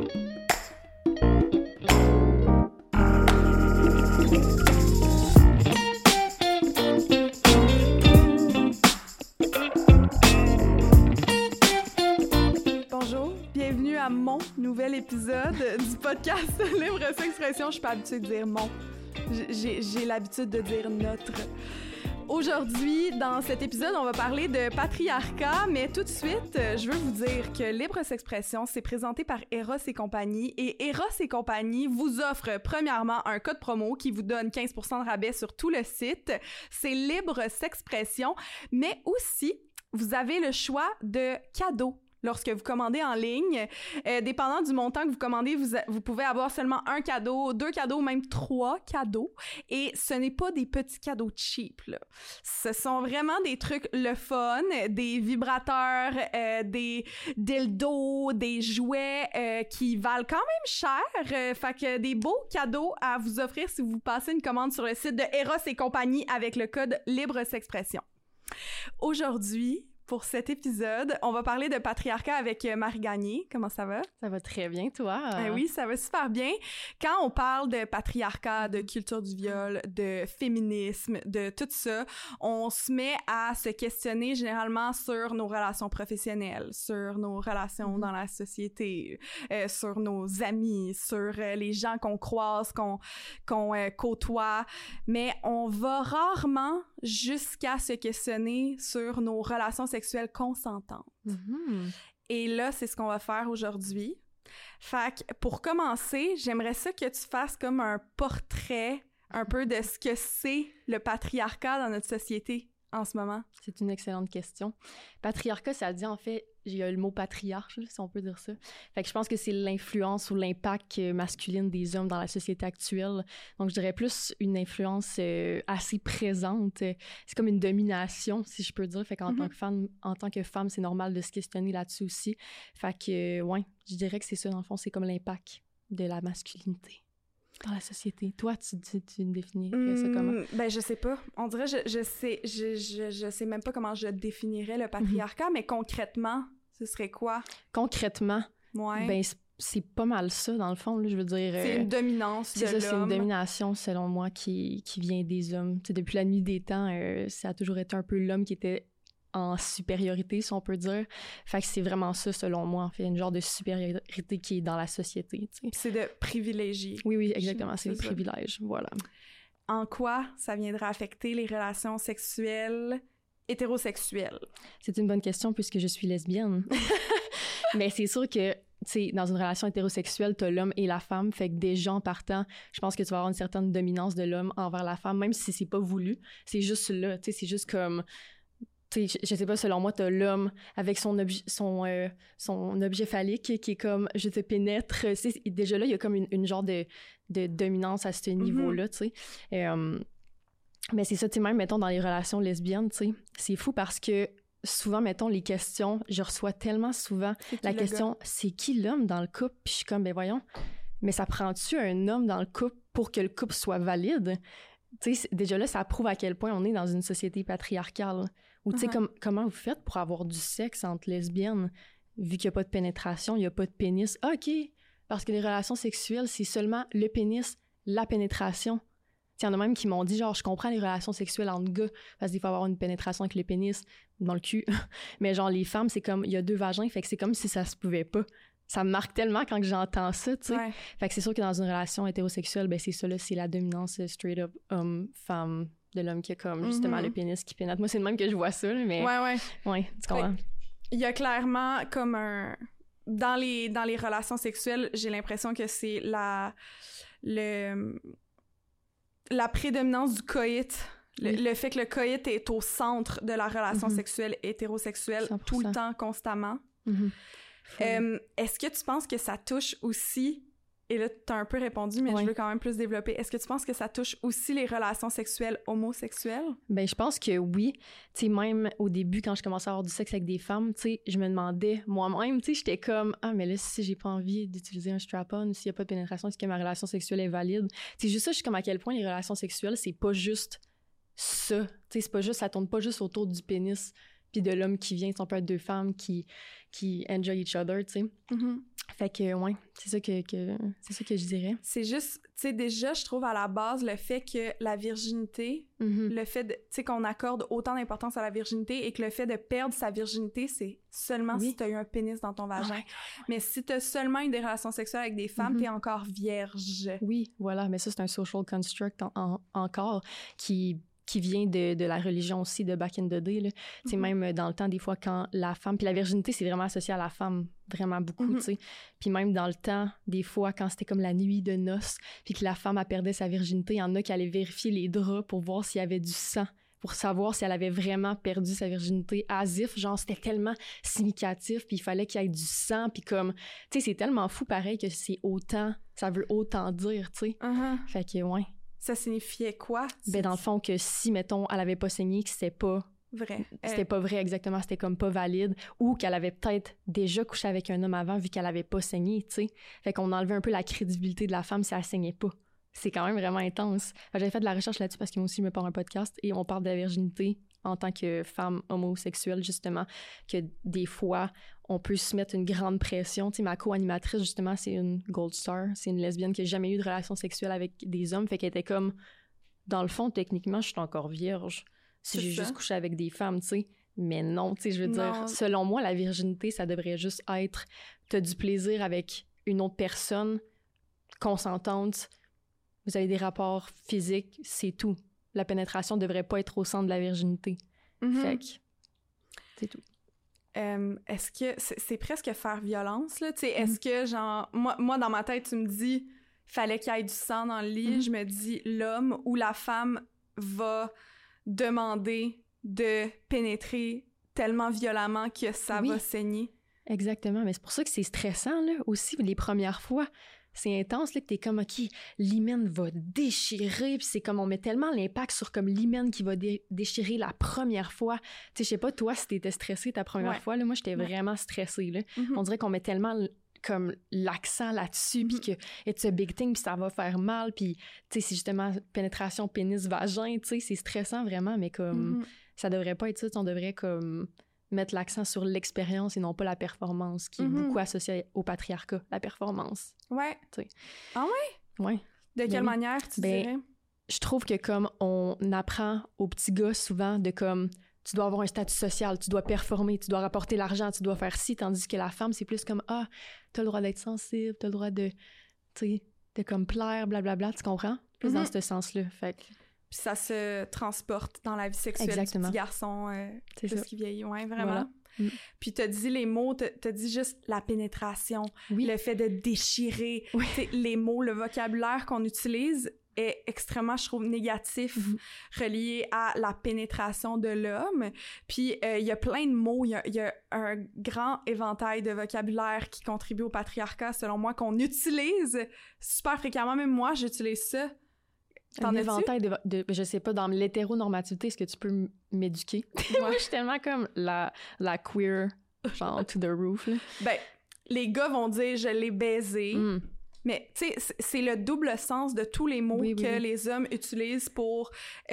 Nouvel épisode du podcast Libre Sexpression. Je suis pas habituée de dire mon. J'ai l'habitude de dire notre. Aujourd'hui, dans cet épisode, on va parler de patriarcat, mais tout de suite, je veux vous dire que Libre Sexpression, c'est présenté par Eros et compagnie. Et Eros et compagnie vous offre premièrement un code promo qui vous donne 15% de rabais sur tout le site. C'est Libre Sexpression, mais aussi, vous avez le choix de cadeaux. Lorsque vous commandez en ligne, dépendant du montant que vous commandez, vous pouvez avoir seulement un cadeau, 2 cadeaux, même 3 cadeaux. Et ce n'est pas des petits cadeaux cheap, là. Ce sont vraiment des trucs le fun, des vibrateurs, des dildos, des jouets qui valent quand même cher. Fait que des beaux cadeaux à vous offrir si vous passez une commande sur le site de Eros et compagnie avec le code Libre Sexpression. Aujourd'hui, pour cet épisode, on va parler de patriarcat avec Marie Gagné. Comment ça va? Ça va très bien, toi? Oui, ça va super bien. Quand on parle de patriarcat, de culture du viol, de féminisme, de tout ça, on se met à se questionner généralement sur nos relations professionnelles, sur nos relations dans la société, sur nos amis, sur les gens qu'on croise, qu'on côtoie. Mais on va rarement jusqu'à se questionner sur nos relations sexuelles consentantes. Mm-hmm. Et là, c'est ce qu'on va faire aujourd'hui. Fait que pour commencer, j'aimerais ça que tu fasses comme un portrait un peu de ce que c'est le patriarcat dans notre société en ce moment. C'est une excellente question. Patriarcat, ça dit en fait, il y a le mot patriarche, si on peut dire ça. Fait que je pense que c'est l'influence ou l'impact masculine des hommes dans la société actuelle. Donc, je dirais plus une influence assez présente. C'est comme une domination, si je peux dire. Fait qu'en tant que femme, c'est normal de se questionner là-dessus aussi. Fait que, ouais, je dirais que c'est ça, dans le fond, c'est comme l'impact de la masculinité dans la société. Toi, tu définis ça comment? Ben, je sais pas. On dirait, je sais même pas comment je définirais le patriarcat, mais concrètement, ce serait quoi? Concrètement? Ouais. Ben, c'est pas mal ça, dans le fond, là, je veux dire... c'est une dominance de l'homme. C'est une domination, selon moi, qui vient des hommes. Tu sais, depuis la nuit des temps, ça a toujours été un peu l'homme qui était en supériorité, si on peut dire. Fait que c'est vraiment ça, selon moi, en fait, une genre de supériorité qui est dans la société, tu sais. C'est de privilégier. Oui, exactement, c'est le privilège, voilà. En quoi ça viendrait affecter les relations sexuelles hétérosexuelles? C'est une bonne question, puisque je suis lesbienne. Mais c'est sûr que, tu sais, dans une relation hétérosexuelle, t'as l'homme et la femme, fait que déjà en partant, je pense que tu vas avoir une certaine dominance de l'homme envers la femme, même si c'est pas voulu. C'est juste là, tu sais, c'est juste comme... Tu sais, je sais pas, selon moi, t'as l'homme avec son objet phallique qui est comme « je te pénètre ». Déjà là, il y a comme une genre de dominance à ce niveau-là, tu sais. Mais c'est ça, tu sais, même, mettons, dans les relations lesbiennes, tu sais, c'est fou parce que souvent, mettons, les questions, je reçois tellement souvent la question « c'est qui l'homme dans le couple? » Puis je suis comme « ben voyons, mais ça prend-tu un homme dans le couple pour que le couple soit valide? » Tu sais, déjà là, ça prouve à quel point on est dans une société patriarcale. Ou tu sais, comment vous faites pour avoir du sexe entre lesbiennes, vu qu'il n'y a pas de pénétration, il n'y a pas de pénis? Ah, OK, parce que les relations sexuelles, c'est seulement le pénis, la pénétration. Il y en a même qui m'ont dit, genre, je comprends les relations sexuelles entre gars, parce qu'il faut avoir une pénétration avec le pénis dans le cul. Mais genre, les femmes, c'est comme, il y a 2 vagins, fait que c'est comme si ça se pouvait pas. Ça me marque tellement quand j'entends ça, tu sais. Ouais. Fait que c'est sûr que dans une relation hétérosexuelle, ben c'est ça, là, c'est la dominance straight up homme-femme de l'homme qui a comme, justement, le pénis qui pénètre. Moi, c'est le même que je vois ça, mais... Ouais, tu comprends. Il y a clairement comme un... Dans les relations sexuelles, j'ai l'impression que c'est la prédominance du coït. Le fait que le coït est au centre de la relation sexuelle hétérosexuelle 100%. Tout le temps, constamment. Est-ce que tu penses que ça touche aussi, et là t'as un peu répondu, mais je veux quand même plus développer, est-ce que tu penses que ça touche aussi les relations sexuelles homosexuelles? Ben je pense que oui. Tu sais, même au début, quand je commençais à avoir du sexe avec des femmes, tu sais, je me demandais moi-même, tu sais, j'étais comme « Ah, mais là, si j'ai pas envie d'utiliser un strap-on, s'il y a pas de pénétration, est-ce que ma relation sexuelle est valide? » Tu sais, juste ça, je suis comme à quel point les relations sexuelles, c'est pas juste ça. Tu sais, c'est pas juste, ça tourne pas juste autour du pénis puis de l'homme qui vient. On peut être deux femmes qui enjoy each other, tu sais. Mm-hmm. Fait que, ouais, c'est ça que je dirais. C'est juste, tu sais, déjà, je trouve à la base le fait que la virginité, le fait de, tu sais, qu'on accorde autant d'importance à la virginité et que le fait de perdre sa virginité, c'est seulement si t'as eu un pénis dans ton vagin. Mais si t'as seulement eu des relations sexuelles avec des femmes, t'es encore vierge. Oui, voilà, mais ça, c'est un social construct encore qui vient de la religion aussi, de back in the day, là. Tu sais, même dans le temps, des fois, quand la femme... Puis la virginité, c'est vraiment associé à la femme, vraiment beaucoup, tu sais. Puis même dans le temps, des fois, quand c'était comme la nuit de noces, puis que la femme, elle perdait sa virginité, il y en a qui allaient vérifier les draps pour voir s'il y avait du sang, pour savoir si elle avait vraiment perdu sa virginité. As if, genre, c'était tellement significatif, puis il fallait qu'il y ait du sang, puis comme... Tu sais, c'est tellement fou, pareil, que c'est autant... Ça veut autant dire, tu sais. Fait que, ouais. Ça signifiait quoi? Ben, dans le fond, que si, mettons, elle avait pas saigné, que c'était pas... vrai. C'était pas vrai, exactement. C'était comme pas valide. Ou qu'elle avait peut-être déjà couché avec un homme avant, vu qu'elle avait pas saigné, tu sais. Fait qu'on enlevait un peu la crédibilité de la femme si elle saignait pas. C'est quand même vraiment intense. J'avais fait de la recherche là-dessus parce que moi aussi, je me parle un podcast et on parle de la virginité en tant que femme homosexuelle, justement, que des fois, on peut se mettre une grande pression. Tu sais, ma co-animatrice, justement, c'est une Gold Star. C'est une lesbienne qui n'a jamais eu de relation sexuelle avec des hommes. Fait qu'elle était comme, dans le fond, techniquement, je suis encore vierge. Si j'ai juste couché avec des femmes, tu sais. Mais non, tu sais, je veux dire, selon moi, la virginité, ça devrait juste être, t'as du plaisir avec une autre personne consentante, vous avez des rapports physiques, c'est tout. La pénétration devrait pas être au centre de la virginité. Fait que, c'est tout. Est-ce que c'est presque faire violence, là? Tu sais, est-ce que, genre, moi, dans ma tête, tu me dis, fallait qu'il y ait du sang dans le lit, je me dis, l'homme ou la femme va demander de pénétrer tellement violemment que ça va saigner. Exactement, mais c'est pour ça que c'est stressant, là, aussi, les premières fois. C'est intense, là, que t'es comme, OK, l'hymen va déchirer, puis c'est comme, on met tellement l'impact sur comme l'hymen qui va déchirer la première fois. Tu sais, je sais pas, toi, si t'étais stressée ta première fois, là, moi, j'étais vraiment stressée, là. On dirait qu'on met tellement comme l'accent là-dessus, puis que it's a big thing, puis ça va faire mal, puis, tu sais, c'est justement pénétration pénis-vagin, tu sais, c'est stressant vraiment, mais comme, ça devrait pas être ça, on devrait comme mettre l'accent sur l'expérience et non pas la performance, qui est beaucoup associée au patriarcat, la performance. Ouais. T'sais. Ah ouais? Ouais. De quelle manière, tu dirais? Je trouve que comme on apprend aux petits gars souvent de comme, tu dois avoir un statut social, tu dois performer, tu dois rapporter l'argent, tu dois faire ci, tandis que la femme, c'est plus comme, ah, t'as le droit d'être sensible, t'as le droit de, tu sais, de comme plaire, blablabla, tu comprends? Plus dans ce sens-là, fait que... Puis ça se transporte dans la vie sexuelle du petit garçon plus qu'il vieillit. Ouais, vraiment. Voilà. Puis t'as dit les mots, t'as dit juste la pénétration, le fait de déchirer. Les mots, le vocabulaire qu'on utilise est extrêmement, je trouve, négatif, relié à la pénétration de l'homme. Puis il y a plein de mots, il y a un grand éventail de vocabulaire qui contribue au patriarcat, selon moi, qu'on utilise super fréquemment. Même moi, j'utilise ça. Un éventail de je sais pas, dans l'hétéronormativité, est-ce que tu peux m'éduquer? Moi, je suis tellement comme la queer, genre to the roof, là. Ben, les gars vont dire « je l'ai baisé », mais tu sais, c'est le double sens de tous les mots que les hommes utilisent pour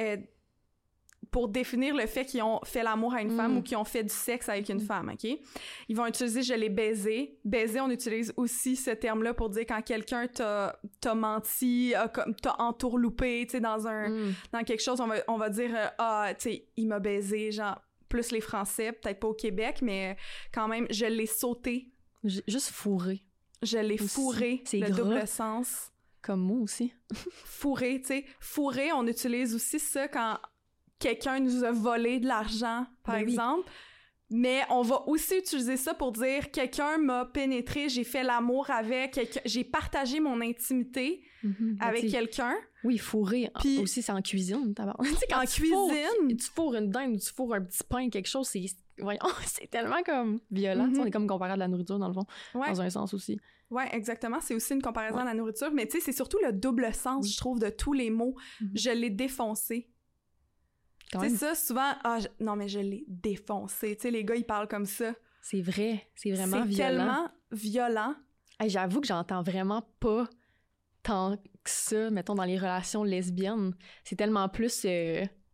définir le fait qu'ils ont fait l'amour à une femme ou qu'ils ont fait du sexe avec une femme, OK? Ils vont utiliser « je l'ai baisé ». Baiser, on utilise aussi ce terme-là pour dire quand quelqu'un t'a menti, t'a entourloupé, tu sais, dans quelque chose, on va dire « ah, tu sais, il m'a baisé », genre, plus les Français, peut-être pas au Québec, mais quand même, « je l'ai sauté ». Juste fourré. Je l'ai fourré, c'est le gras. double sens. Comme mot aussi. Fourré, tu sais. Fourré, on utilise aussi ça quand quelqu'un nous a volé de l'argent, par exemple. Mais on va aussi utiliser ça pour dire quelqu'un m'a pénétré, j'ai fait l'amour avec quelqu'un, j'ai partagé mon intimité avec quelqu'un. Oui, fourré. Puis aussi, c'est en cuisine, d'abord. En cuisine, tu fourres une dinde ou tu fourres un petit pain, quelque chose, c'est tellement comme violent. On est comme comparé à de la nourriture, dans le fond, dans un sens aussi. Ouais, exactement. C'est aussi une comparaison à la nourriture. Mais tu sais, c'est surtout le double sens, je trouve, de tous les mots. Je l'ai défoncé. Tu sais, ça, souvent, non, mais je l'ai défoncé. Tu sais, les gars, ils parlent comme ça. C'est vrai, c'est vraiment violent. C'est tellement violent. Hey, j'avoue que j'entends vraiment pas tant que ça, mettons, dans les relations lesbiennes. C'est tellement plus...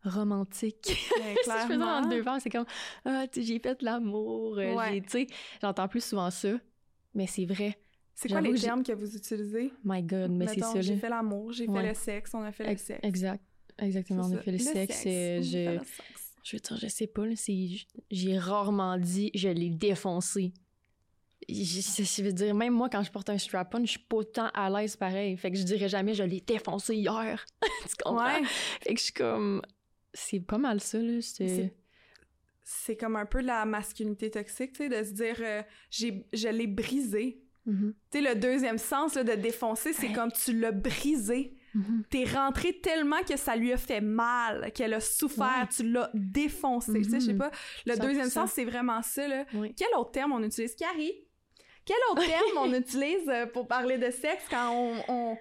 romantique. Mais Si je faisais clairement. entre deux femmes, c'est comme ah, tu sais, j'ai fait l'amour, Ouais. tu sais, j'entends plus souvent ça, mais c'est vrai. C'est quoi J'avoue les que termes que vous utilisez? My God, mais c'est Mettons, ça. j'ai là. fait l'amour, j'ai fait Ouais. le sexe, on a fait le sexe. Exactement, C'est on a ça. fait le sexe. on a fait le sexe. Je veux dire, je sais pas, là, j'ai rarement dit je l'ai défoncé. Je veux dire, même moi, quand je porte un strap-on, je suis pas autant à l'aise pareil. Fait que je dirais jamais je l'ai défoncé hier. Tu comprends? Ouais. Fait que je suis comme... C'est pas mal ça, là. C'est comme un peu la masculinité toxique, tu sais, de se dire je l'ai brisé. Mhm. Tu sais, le deuxième sens là, de défoncer, c'est Ouais. comme tu l'as brisé. Mhm. T'es rentré tellement que ça lui a fait mal, qu'elle a souffert, Ouais. tu l'as défoncé. Tu sais, je sais pas. Le 100%. deuxième sens, c'est vraiment ça, là. Oui. Quel autre terme on utilise? Carrie? Quel autre terme on utilise pour parler de sexe quand on...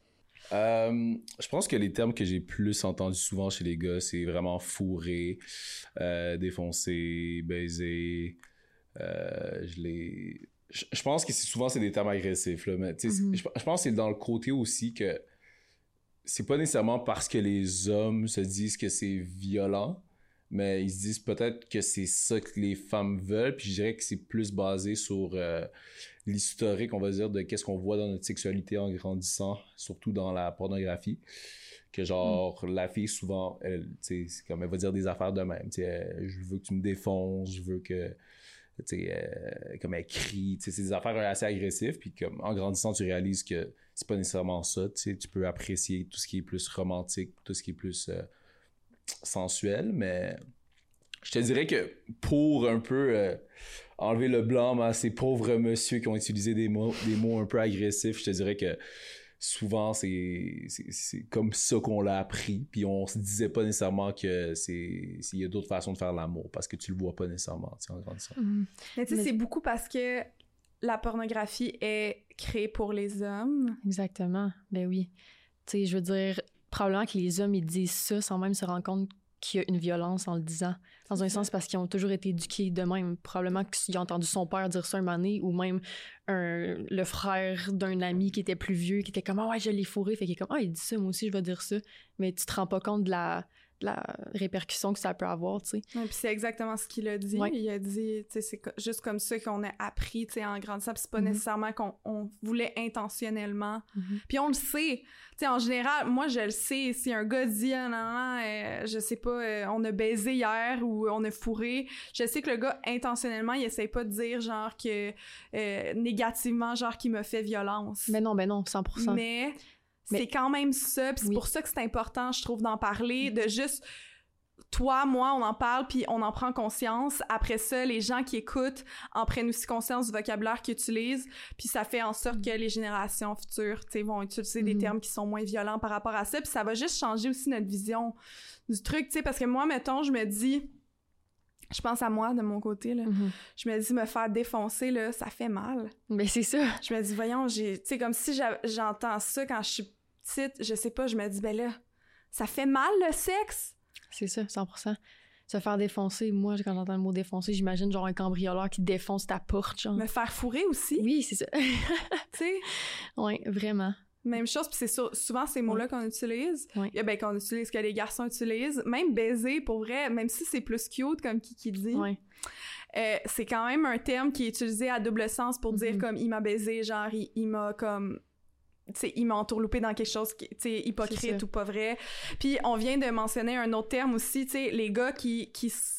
Je pense que les termes que j'ai plus entendus souvent chez les gars, c'est vraiment fourrer, défoncer, baiser. Je pense que souvent c'est des termes agressifs, là, mais tu sais, Mhm. je pense que c'est dans le côté aussi que c'est pas nécessairement parce que les hommes se disent que c'est violent, mais ils se disent peut-être que c'est ça que les femmes veulent, puis je dirais que c'est plus basé sur l'historique, on va dire, de qu'est-ce qu'on voit dans notre sexualité en grandissant, surtout dans la pornographie, que genre, la fille, souvent, elle, tu sais, c'est comme, elle va dire des affaires de même, tu sais, je veux que tu me défonces, je veux que, tu sais, comme elle crie, tu sais, c'est des affaires assez agressives, puis comme, en grandissant, tu réalises que c'est pas nécessairement ça, tu sais, tu peux apprécier tout ce qui est plus romantique, tout ce qui est plus sensuel, mais je te dirais que pour un peu enlever le blâme à ces pauvres messieurs qui ont utilisé des mots un peu agressifs, je te dirais que souvent c'est comme ça qu'on l'a appris, puis on se disait pas nécessairement que il y a d'autres façons de faire l'amour parce que tu le vois pas nécessairement, tu sais, en grandissant. Mhm. Mais tu sais, Mais- c'est beaucoup parce que la pornographie est créée pour les hommes. Exactement. Ben oui. Tu sais, je veux dire, probablement que les hommes, ils disent ça sans même se rendre compte qu'il y a une violence en le disant. Dans un sens, parce qu'ils ont toujours été éduqués de même. Probablement qu'ils ont entendu son père dire ça un moment donné, ou même le frère d'un ami qui était plus vieux, qui était comme « Ah ouais, je l'ai fourré », fait qu'il est comme « Ah, il dit ça, moi aussi, je vais dire ça ». Mais tu te rends pas compte de la répercussion que ça peut avoir, tu sais. Ouais, puis c'est exactement ce qu'il a dit. Ouais. Il a dit, tu sais, c'est juste comme ça qu'on a appris, tu sais, en grandissant. Puis c'est pas Mhm. nécessairement qu'on voulait intentionnellement. Mhm. Puis on le sait. Tu sais, en général, moi, je le sais. Si un gars dit, ah, non, je sais pas, on a baisé hier ou on a fourré, je sais que le gars, intentionnellement, il essaie pas de dire, genre, que négativement, genre, qu'il m'a fait violence. Ben non, 100%. Mais Mais- c'est quand même ça, puis c'est Oui. pour ça que c'est important, je trouve, d'en parler, de juste toi, moi, on en parle, puis on en prend conscience. Après ça, les gens qui écoutent en prennent aussi conscience du vocabulaire qu'ils utilisent, puis ça fait en sorte que les générations futures, tu sais, vont utiliser des Mhm. termes qui sont moins violents par rapport à ça, puis ça va juste changer aussi notre vision du truc, tu sais, parce que moi, mettons, je me dis... Je pense à moi, de mon côté, là. Mhm. Je me dis, me faire défoncer, là, ça fait mal. Ben c'est ça. Je me dis, voyons, tu sais, comme si j'entends ça quand je suis petite, je sais pas, je me dis, ben là, ça fait mal le sexe? C'est ça, 100%. Se faire défoncer, moi, quand j'entends le mot défoncer, j'imagine genre un cambrioleur qui défonce ta porte, genre. Me faire fourrer aussi, Oui, c'est ça. tu sais? Oui, vraiment. Même chose, puis c'est souvent ces mots-là qu'on utilise. Ouais. Qu'on utilise, que les garçons utilisent. Même baiser, pour vrai, même si c'est plus cute, comme qui dit, Ouais. c'est quand même un terme qui est utilisé à double sens pour dire Mhm. comme, il m'a baisé, genre, il m'a comme... Tu sais, il m'a entourloupé dans quelque chose qui, tu sais, hypocrite C'est ça. ou pas vrai. Puis on vient de mentionner un autre terme aussi, tu sais, les gars qui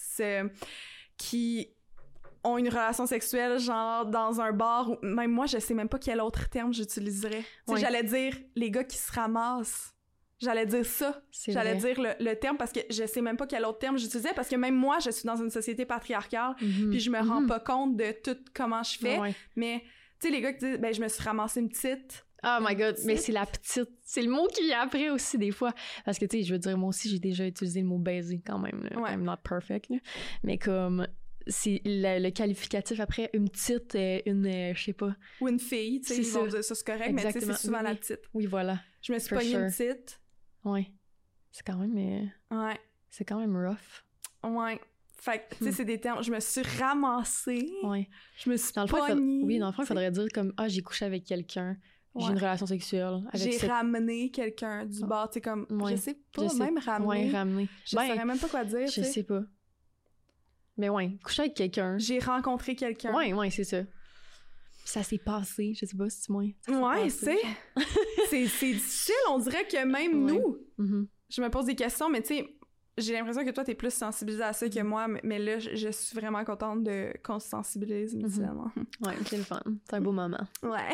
ont une relation sexuelle, genre, dans un bar, ou même moi, je sais même pas quel autre terme j'utiliserais. Tu sais, Ouais. j'allais dire les gars qui se ramassent. J'allais dire ça. C'est J'allais vrai. dire le terme parce que je sais même pas quel autre terme j'utilisais parce que même moi, je suis dans une société patriarcale Mhm. puis je me rends Mhm. pas compte de tout comment je fais. Ouais. Mais, tu sais, les gars qui disent, ben, je me suis ramassé une petite. Oh my god, mais Petite. c'est la petite. C'est le mot qui vient après aussi, des fois. Parce que, tu sais, je veux dire, moi aussi, j'ai déjà utilisé le mot baiser quand même. Là. Ouais. I'm not perfect. Là. Mais comme, c'est le qualificatif après, une petite, je sais pas. Ou une fille, tu sais, C'est ils vont ça. dire ça, c'est correct, mais tu sais, Exactement. c'est souvent Oui, la oui. petite. Oui, voilà. Je me suis For pognée une sure. petite. Ouais. C'est quand même, Ouais. c'est quand même rough. Ouais. Fait que, tu sais, c'est des termes. Je me suis ramassée. Ouais. Je me suis Dans le fond, pognée. oui, dans le fond, il faudrait dire comme, ah, j'ai couché avec quelqu'un j'ai une relation sexuelle avec j'ai ramené quelqu'un du bar, tu sais, comme, je sais pas, même ramener. Ouais, ramener. Je saurais même pas quoi dire, je sais pas. Mais ouais, coucher avec quelqu'un. J'ai rencontré quelqu'un. Ouais, c'est ça. Ça s'est passé, je sais pas si tu moins. Ouais, c'est difficile, on dirait que même nous, je me pose des questions, mais tu sais, j'ai l'impression que toi, t'es plus sensibilisée à ça que moi, mais là, je suis vraiment contente qu'on se sensibilise mutuellement. Ouais, c'est le fun. C'est un beau moment. Ouais.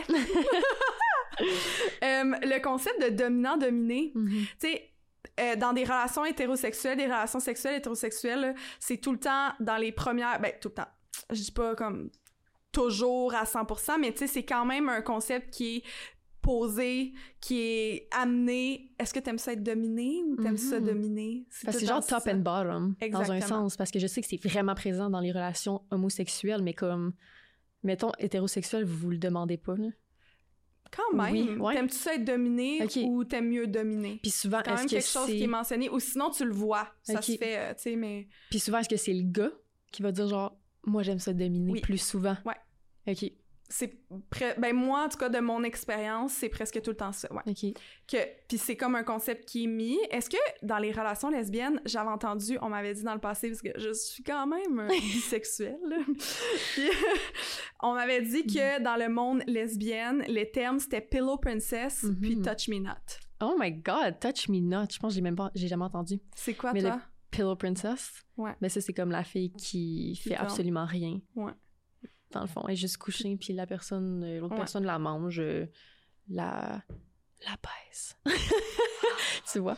Le concept de dominant-dominé, tu sais, dans des relations hétérosexuelles, des relations sexuelles hétérosexuelles, là, c'est tout le temps dans les premières... Ben, tout le temps. Je dis pas comme toujours à 100%, mais tu sais, c'est quand même un concept qui est posé, qui est amené. Est-ce que t'aimes ça être dominé ou t'aimes ça dominer? Parce que c'est genre top and bottom, dans un sens. Parce que je sais que c'est vraiment présent dans les relations homosexuelles, mais comme, mettons, hétérosexuel, vous le demandez pas, là. Quand même. Oui, ouais. T'aimes-tu ça être dominé ou t'aimes mieux dominer? Puis souvent, c'est quand même quelque chose qui est mentionné. Ou sinon, tu le vois. Ça se fait, tu sais, mais... Puis souvent, est-ce que c'est le gars qui va dire genre, moi, j'aime ça dominer plus souvent? Ouais. OK. Ben moi, en tout cas, de mon expérience, c'est presque tout le temps ça, ouais. OK. Puis c'est comme un concept qui est mis. Est-ce que dans les relations lesbiennes, j'avais entendu, on m'avait dit dans le passé, parce que je suis quand même bisexuelle, puis on m'avait dit que dans le monde lesbienne, les termes, c'était pillow princess puis touch me not. Oh my God, touch me not. Je pense que j'ai jamais entendu. C'est quoi, toi? Le pillow princess? Ouais. Mais ça, c'est comme la fille qui fait absolument rien. Ouais. Dans le fond, elle est juste couchée, puis l'autre personne la mange, la baisse. Tu vois?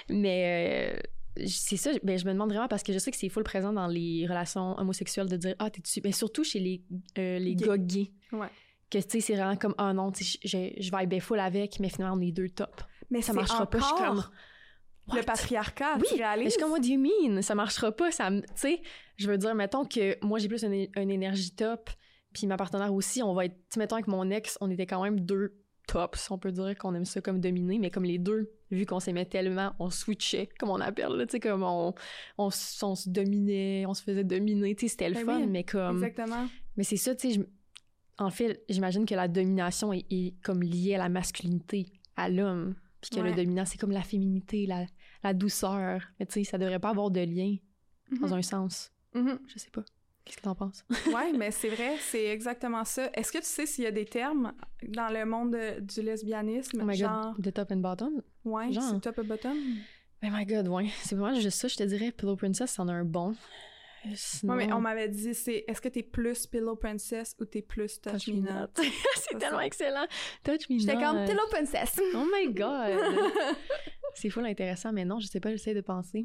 Mais c'est ça, ben, je me demande vraiment, parce que je sais que c'est full présent dans les relations homosexuelles de dire « Ah, t'es-tu... » Mais surtout chez les gars gays. Ouais. Que, tu sais, c'est vraiment comme « Ah non, tu sais, je vais être full avec, mais finalement, on est deux top. » Mais ça marchera pas. Je suis comme... Le patriarcat, tu réalises? Je suis comme, what do you mean? Ça marchera pas. Tu sais, je veux dire, mettons que moi, j'ai plus une énergie top, puis ma partenaire aussi, on va être... Tu sais, mettons, avec mon ex, on était quand même deux tops, on peut dire qu'on aime ça comme dominer, mais comme les deux, vu qu'on s'aimait tellement, on switchait, comme on appelle, là, tu sais, comme on se dominait, on se faisait dominer, tu sais, c'était le fun, oui, mais comme... Exactement. Mais c'est ça, tu sais, en fait, j'imagine que la domination est comme liée à la masculinité, à l'homme. Puis que le dominant, c'est comme la féminité, la douceur. Mais tu sais, ça devrait pas avoir de lien, dans un sens. Je sais pas. Qu'est-ce que t'en penses? Ouais, mais c'est vrai, c'est exactement ça. Est-ce que tu sais s'il y a des termes dans le monde du lesbianisme? Oh my God, de top and bottom? Ouais, c'est top and bottom? Oh my God, ouais. C'est vraiment juste ça, je te dirais. Pillow Princess, c'en a un bon. Sinon... Ouais, mais on m'avait dit, est-ce que t'es plus Pillow Princess ou t'es plus Touch Me Not? C'est tellement excellent! Touch Me Not! J'étais comme Pillow Princess! Oh my God! C'est full intéressant, mais non, je sais pas, j'essaie de penser.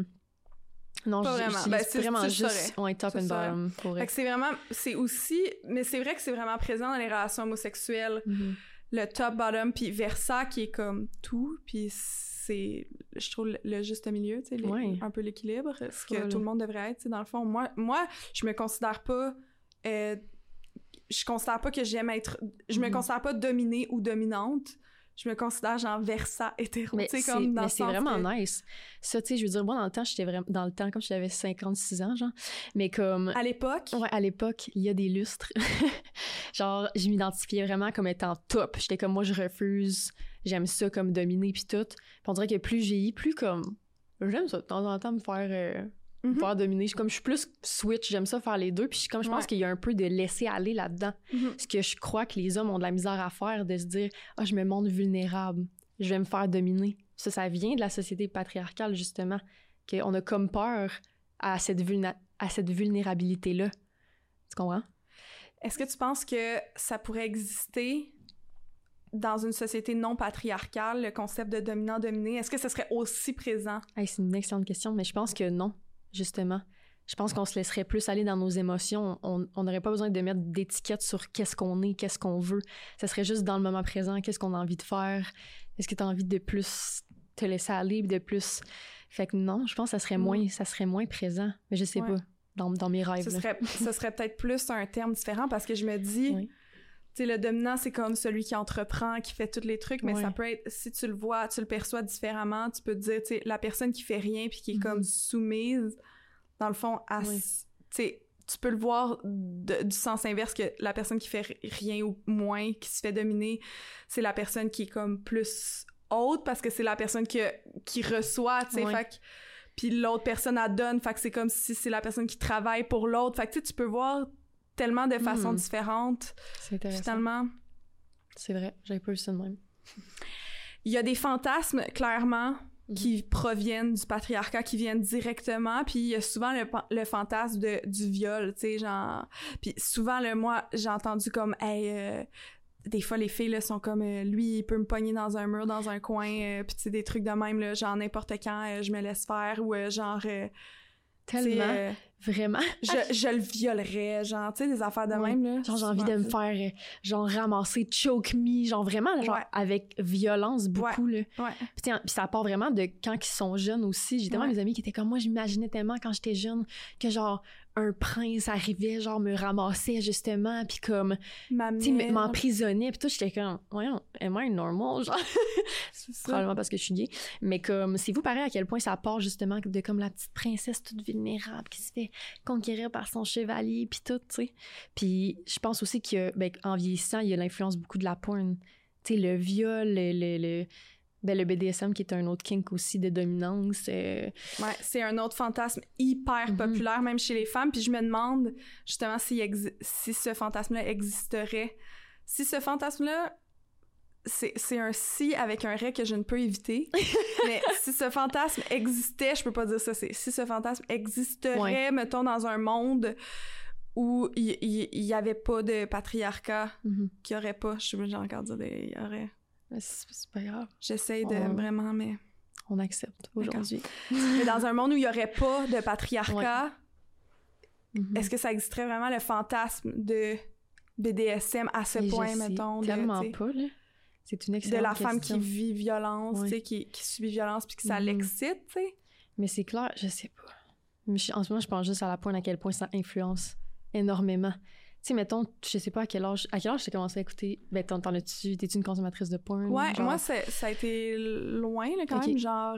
Non, pas vraiment. C'est vraiment juste top and bottom. Fait que c'est vraiment, c'est aussi, mais c'est vrai que c'est vraiment présent dans les relations homosexuelles, le top, bottom, puis Versa qui est comme tout, puis c'est, je trouve, le juste milieu, tu sais, un peu l'équilibre, ce que tout le monde devrait être, tu sais, dans le fond. Moi, je me considère pas, je considère pas que j'aime être, je me considère pas dominée ou dominante. Je me considère genre Versa hétéro, tu sais, comme dans le sens c'est vraiment nice. Ça, tu sais, je veux dire, moi, dans le temps, j'étais vraiment... Dans le temps, comme j'avais 56 ans, genre, mais comme... À l'époque? Ouais, à l'époque, il y a des lustres. Genre, je m'identifiais vraiment comme étant top. J'étais comme, moi, je refuse, j'aime ça comme dominer puis tout. Puis on dirait que plus j'ai vieilli, plus comme... J'aime ça, de temps en temps, me faire dominer. Je suis plus switch, j'aime ça faire les deux. Puis je pense qu'il y a un peu de laisser aller là-dedans. Ce que je crois que les hommes ont de la misère à faire, de se dire « Ah, je me montre vulnérable, je vais me faire dominer. » Ça vient de la société patriarcale, justement, qu'on a comme peur à cette vulnérabilité-là. Tu comprends? Est-ce que tu penses que ça pourrait exister dans une société non patriarcale, le concept de dominant-dominé? Est-ce que ça serait aussi présent? Hey, c'est une excellente question, mais je pense que non. Justement. Je pense qu'on se laisserait plus aller dans nos émotions. On n'aurait pas besoin de mettre d'étiquette sur qu'est-ce qu'on est, qu'est-ce qu'on veut. Ça serait juste dans le moment présent, qu'est-ce qu'on a envie de faire. Est-ce que tu as envie de plus te laisser aller, de plus... Fait que non, je pense que ça serait moins présent. Mais je sais pas, dans mes rêves. Ça serait peut-être plus un terme différent parce que je me dis... Tu sais, le dominant, c'est comme celui qui entreprend, qui fait tous les trucs, mais ça peut être, si tu le vois, tu le perçois différemment, tu peux te dire, tu sais, la personne qui fait rien puis qui est comme soumise, dans le fond, tu sais, tu peux le voir du sens inverse, que la personne qui fait rien ou moins, qui se fait dominer, c'est la personne qui est comme plus haute, parce que c'est la personne qui reçoit, tu sais, Ouais. fait que... Puis l'autre personne, elle donne, fait que c'est comme si c'est la personne qui travaille pour l'autre. Fait que, tu sais, tu peux voir tellement de façons différentes, C'est intéressant. finalement. C'est vrai, j'avais pas vu ça de même. Il y a des fantasmes, clairement, qui proviennent du patriarcat, qui viennent directement, puis il y a souvent le fantasme du viol, tu sais, genre... Puis souvent, moi, j'ai entendu comme, hey, des fois, les filles, là, sont comme, lui, il peut me pogner dans un mur, dans un coin, puis tu sais, des trucs de même, là, genre n'importe quand, je me laisse faire, ou genre... Tellement, vraiment. Je le violerais, genre, tu sais, des affaires de Ouais. même, là. Genre, j'ai envie de me faire, genre, ramasser, choke me, genre, vraiment, genre, Ouais. avec violence, beaucoup, là. Ouais. Puis ça part vraiment de quand ils sont jeunes aussi. J'ai tellement Ouais. mes amis qui étaient comme moi, j'imaginais tellement quand j'étais jeune que, genre, un prince arrivait, genre, me ramassait, justement, puis comme, tu sais, m'emprisonnait, puis tout, j'étais comme, voyons, am I normal, genre? C'est ça. Probablement parce que je suis gay. Mais comme, c'est vous pareil à quel point ça part justement de comme la petite princesse toute vulnérable qui se fait conquérir par son chevalier, puis tout, tu sais. Puis je pense aussi qu'en vieillissant, il y a l'influence beaucoup de la porn. Tu sais, le viol, le BDSM qui est un autre kink aussi de dominance. Ouais, c'est un autre fantasme hyper populaire, même chez les femmes. Puis je me demande, justement, si ce fantasme-là existerait. Si ce fantasme-là... C'est un si avec un ré que je ne peux éviter. Mais si ce fantasme existait, je peux pas dire ça, si ce fantasme existerait, mettons, dans un monde où il y avait pas de patriarcat, qu'il y aurait pas, j'ai encore dire il y aurait... C'est pas grave. J'essaye de vraiment, mais... On accepte aujourd'hui. Mais dans un monde où il y aurait pas de patriarcat, Mhm. est-ce que ça existerait vraiment le fantasme de BDSM à ce Et point, je sais mettons? tellement de, pas, là. C'est une de excellente la femme qui question. vit violence, Ouais. tu sais, qui subit violence puis que ça Mhm. l'excite, tu sais. Mais c'est clair, je sais pas. Mais en ce moment, je pense juste à la pointe à quel point ça influence énormément. Tu sais, mettons, je sais pas à quel âge t'as commencé à écouter. Ben, t'es-tu une consommatrice de porn? Ouais, genre? moi, ça a été loin, là, quand Ok. même, genre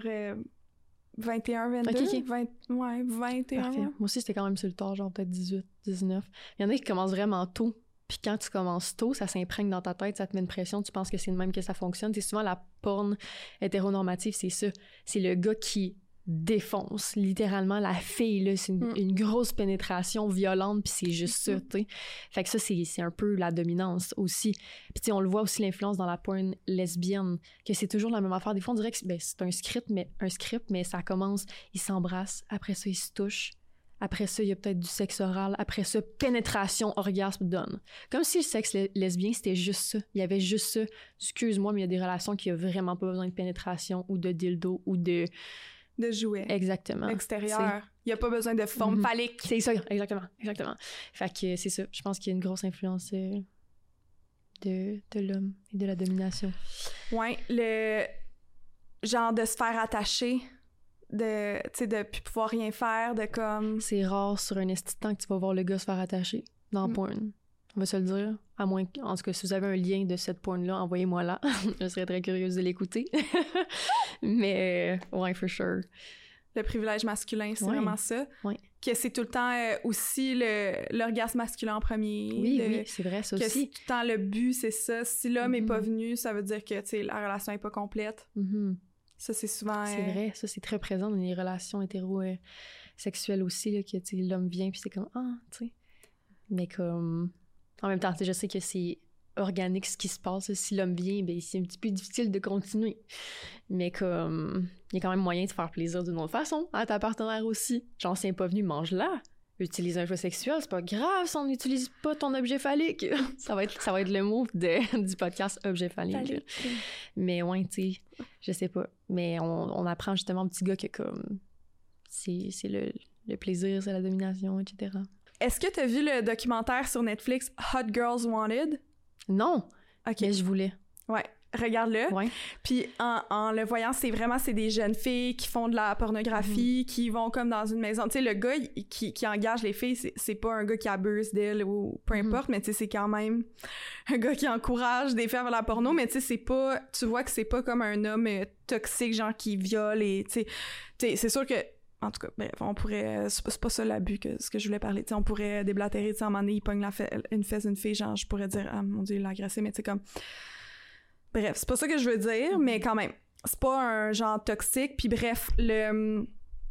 21, 22, Ok. 21. Parfait. Moi aussi, c'était quand même sur le tard, genre peut-être 18, 19. Il y en a qui commencent vraiment tôt. Puis quand tu commences tôt, ça s'imprègne dans ta tête, ça te met une pression, tu penses que c'est le même que ça fonctionne. C'est souvent la porn hétéronormative, c'est ça. C'est le gars qui défonce littéralement la fille, là. C'est une grosse pénétration violente, puis c'est juste ça, tu sais. Fait que ça, c'est un peu la dominance aussi. Puis tu sais, on le voit aussi l'influence dans la porn lesbienne, que c'est toujours la même affaire. Des fois, on dirait que c'est un script, mais ça commence, ils s'embrassent, après ça, ils se touchent. Après ça, il y a peut-être du sexe oral. Après ça, pénétration, orgasme, donne. Comme si le sexe lesbien, c'était juste ça. Il y avait juste ça. Excuse-moi, mais il y a des relations qui n'ont vraiment pas besoin de pénétration ou de dildo ou de... De jouets. Exactement. Extérieur. Il n'y a pas besoin de forme phallique. C'est ça, exactement. Fait que c'est ça. Je pense qu'il y a une grosse influence de l'homme et de la domination. Ouais, le genre de se faire attacher, de, tu sais, de plus pouvoir rien faire, de comme... C'est rare sur un instant que tu vas voir le gars se faire attacher dans porn. On va se le dire. À moins que, en tout cas, si vous avez un lien de cette porn-là, envoyez-moi là. Je serais très curieuse de l'écouter. Mais, ouais, for sure. Le privilège masculin, c'est Ouais. vraiment ça. Ouais. Que c'est tout le temps aussi l'orgasme masculin en premier. Oui, c'est vrai, ça que aussi. c'est tout le temps le but, c'est ça. Si l'homme est pas venu, ça veut dire que, tu sais, la relation est pas complète. Mhm. Ça, c'est souvent... C'est vrai, ça, c'est très présent dans les relations hétérosexuelles aussi, là, que, tu sais, l'homme vient, puis c'est comme, ah, tu sais. Mais comme... En même temps, tu sais, je sais que c'est organique ce qui se passe. Si l'homme vient, ben c'est un petit peu difficile de continuer. Mais comme... Il y a quand même moyen de faire plaisir d'une autre façon à ta partenaire aussi. Genre, si elle n'est pas venue, mange-la. Utilise un jouet sexuel, c'est pas grave si on n'utilise pas ton objet phallique. ça va être le mot du podcast objet phallique. Mais ouais, tu sais, je sais pas. Mais on apprend justement au petit gars que comme c'est le plaisir, c'est la domination, etc. Est-ce que t'as vu le documentaire sur Netflix Hot Girls Wanted? Non! OK. Mais je voulais. Ouais, regarde-le. Ouais. Puis en le voyant, c'est des jeunes filles qui font de la pornographie, qui vont comme dans une maison. Tu sais, le gars qui engage les filles, c'est pas un gars qui abuse d'elles ou peu importe, mais tu sais, c'est quand même un gars qui encourage des filles à faire la porno, mais tu sais, c'est pas... Tu vois que c'est pas comme un homme toxique, genre qui viole et... Tu sais, c'est sûr que en tout cas, bref, on pourrait... C'est pas ça l'abus, ce que je voulais parler. T'sais, on pourrait déblatérer, tu sais, à un moment donné, il pogne une fesse d'une fille, genre, je pourrais dire, ah, mon Dieu, il l'a agressé, mais tu sais, comme... Bref, c'est pas ça que je veux dire, mais quand même, c'est pas un genre toxique. Puis bref, le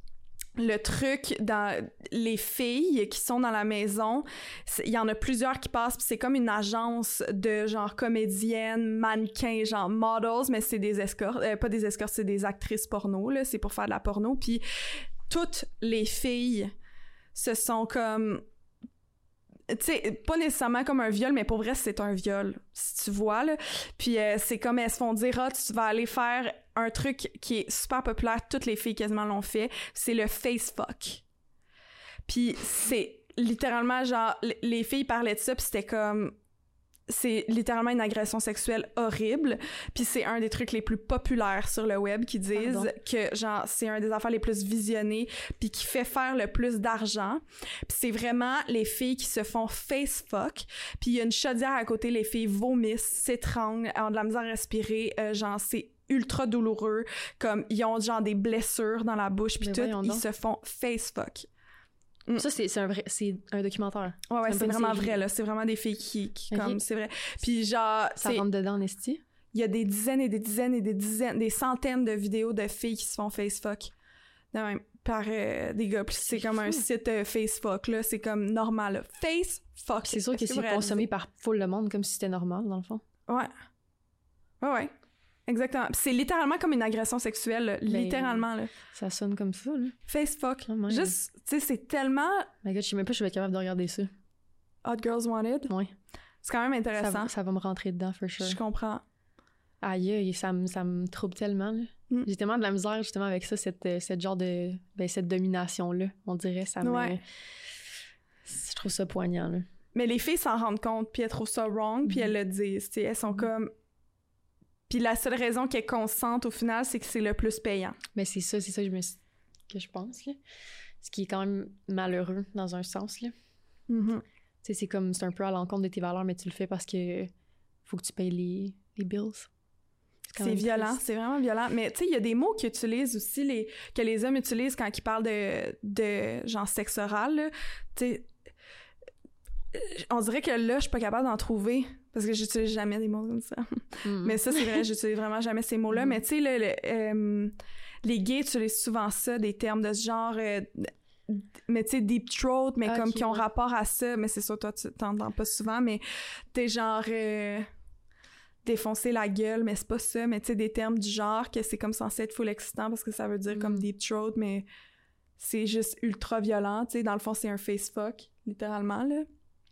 truc dans les filles qui sont dans la maison, il y en a plusieurs qui passent, puis c'est comme une agence de genre comédiennes, mannequins, genre models, mais c'est des escortes, pas des escortes, c'est des actrices porno, là, c'est pour faire de la porno, puis toutes les filles se sont comme... Tu sais, pas nécessairement comme un viol, mais pour vrai, c'est un viol, si tu vois, là. Puis c'est comme elles se font dire, ah, tu vas aller faire un truc qui est super populaire, toutes les filles quasiment l'ont fait, c'est le face fuck. Puis c'est littéralement, genre, les filles parlaient de ça, puis c'était comme... C'est littéralement une agression sexuelle horrible, puis c'est un des trucs les plus populaires sur le web qui disent que genre c'est un des affaires les plus visionnées puis qui fait faire le plus d'argent. Puis c'est vraiment les filles qui se font face fuck, puis il y a une chaudière à côté, les filles vomissent, s'étranglent, ont de la misère à respirer, genre c'est ultra douloureux, comme ils ont genre des blessures dans la bouche puis tout, ils se font face fuck. Ça, c'est un documentaire. Ouais, c'est vraiment vrai, là. C'est vraiment des filles qui comme, c'est vrai. Puis genre... Ça rentre dedans en esti? Il y a des dizaines et des dizaines et des dizaines, des centaines de vidéos de filles qui se font facefuck. De même, par des gars. Puis c'est comme un site facefuck, là. C'est comme normal, là. Facefuck. C'est sûr que c'est consommé par full le monde, comme si c'était normal, dans le fond. Ouais. Ouais. Exactement. C'est littéralement comme une agression sexuelle, là. Littéralement, là. Ça sonne comme ça, là. Facefuck. Juste, tu sais, c'est tellement... My God, je sais même pas si je vais être capable de regarder ça. Hot Girls Wanted? Ouais. C'est quand même intéressant. Ça va me rentrer dedans, for sure. Je comprends. Aïe, ça me trouble tellement, là. J'ai tellement de la misère, justement, avec ça, cette genre de... cette domination-là, on dirait. Ça me... Je trouve ça poignant, là. Mais les filles s'en rendent compte, puis elles trouvent ça wrong, puis elles le disent, tu sais. Elles sont comme... Puis la seule raison qu'elles consentent au final, c'est que c'est le plus payant. Mais c'est ça que je pense, là. Ce qui est quand même malheureux dans un sens, là. Tu sais, c'est un peu à l'encontre de tes valeurs, mais tu le fais parce que faut que tu payes les bills. C'est violent, triste. C'est vraiment violent. Mais tu sais, il y a des mots qu'ils utilisent aussi, que les hommes utilisent quand ils parlent de genre sexe oral, là. Tu sais, on dirait que là, je suis pas capable d'en trouver parce que j'utilise jamais des mots comme ça. Mais ça, c'est vrai, j'utilise vraiment jamais ces mots-là. Mais tu sais, les gays utilisent souvent ça, des termes de ce genre, mais tu sais, deep throat, mais comme qui ont rapport à ça. Mais c'est sûr, toi, tu t'entends pas souvent, mais t'es genre défoncer la gueule, mais c'est pas ça. Mais tu sais, des termes du genre que c'est comme censé être full excitant parce que ça veut dire comme deep throat, mais c'est juste ultra violent. Tu sais, dans le fond, c'est un face fuck, littéralement, là.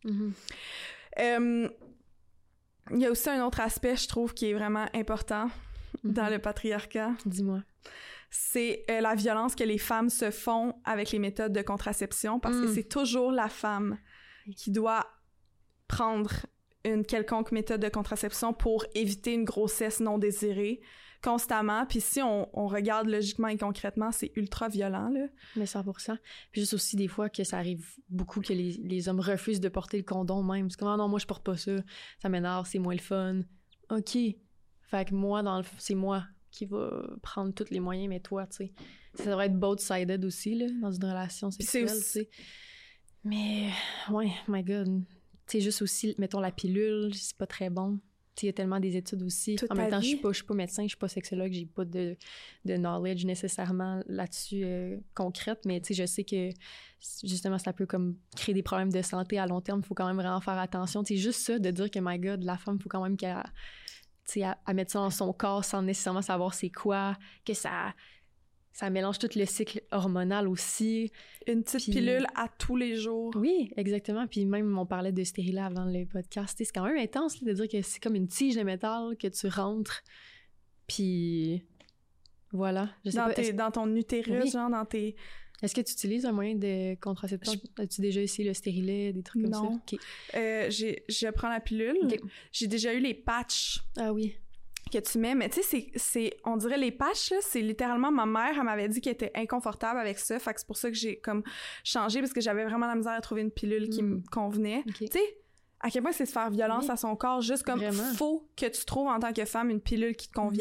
Il y a aussi un autre aspect, je trouve, qui est vraiment important dans le patriarcat. Dis-moi. C'est la violence que les femmes se font avec les méthodes de contraception, parce que c'est toujours la femme qui doit prendre une quelconque méthode de contraception pour éviter une grossesse non désirée constamment. Puis si on regarde logiquement et concrètement, c'est ultra violent, là. Mais 100%. Puis juste aussi des fois que ça arrive beaucoup que les hommes refusent de porter le condom même. C'est comme, ah non, moi je porte pas ça. Ça m'énerve, c'est moins le fun. OK. Fait que moi, c'est moi qui va prendre tous les moyens, mais toi, tu sais. Ça devrait être both-sided aussi, là, dans une relation sexuelle, tu sais. Mais, ouais, my God. Tu sais, juste aussi, mettons, la pilule, c'est pas très bon. Il y a tellement des études aussi. En même temps, je suis pas médecin, je suis pas sexologue, j'ai pas de knowledge nécessairement là-dessus concrète, mais je sais que justement, ça peut comme créer des problèmes de santé à long terme. Il faut quand même vraiment faire attention. C'est juste ça, de dire que, my God, la femme, il faut quand même qu'elle mette ça dans son corps sans nécessairement savoir c'est quoi, que ça mélange tout le cycle hormonal aussi. Une petite pilule à tous les jours. Oui, exactement. Puis même, on parlait de stérilet avant le podcast. C'est quand même intense là, de dire que c'est comme une tige de métal que tu rentres. Puis voilà. Je sais pas, dans ton utérus, genre dans tes... Est-ce que tu utilises un moyen de contraception? As-tu déjà essayé le stérilet, des trucs comme ça? Non. Okay. Je prends la pilule. Okay. J'ai déjà eu les patchs. Ah oui. Que tu mets, mais tu sais, c'est on dirait les patchs, là, c'est littéralement ma mère, elle m'avait dit qu'elle était inconfortable avec ça, fait que c'est pour ça que j'ai comme changé, parce que j'avais vraiment la misère à trouver une pilule qui me convenait. Okay. Tu sais, à quel point c'est se faire violence à son corps, juste comme faut que tu trouves en tant que femme une pilule qui te convient.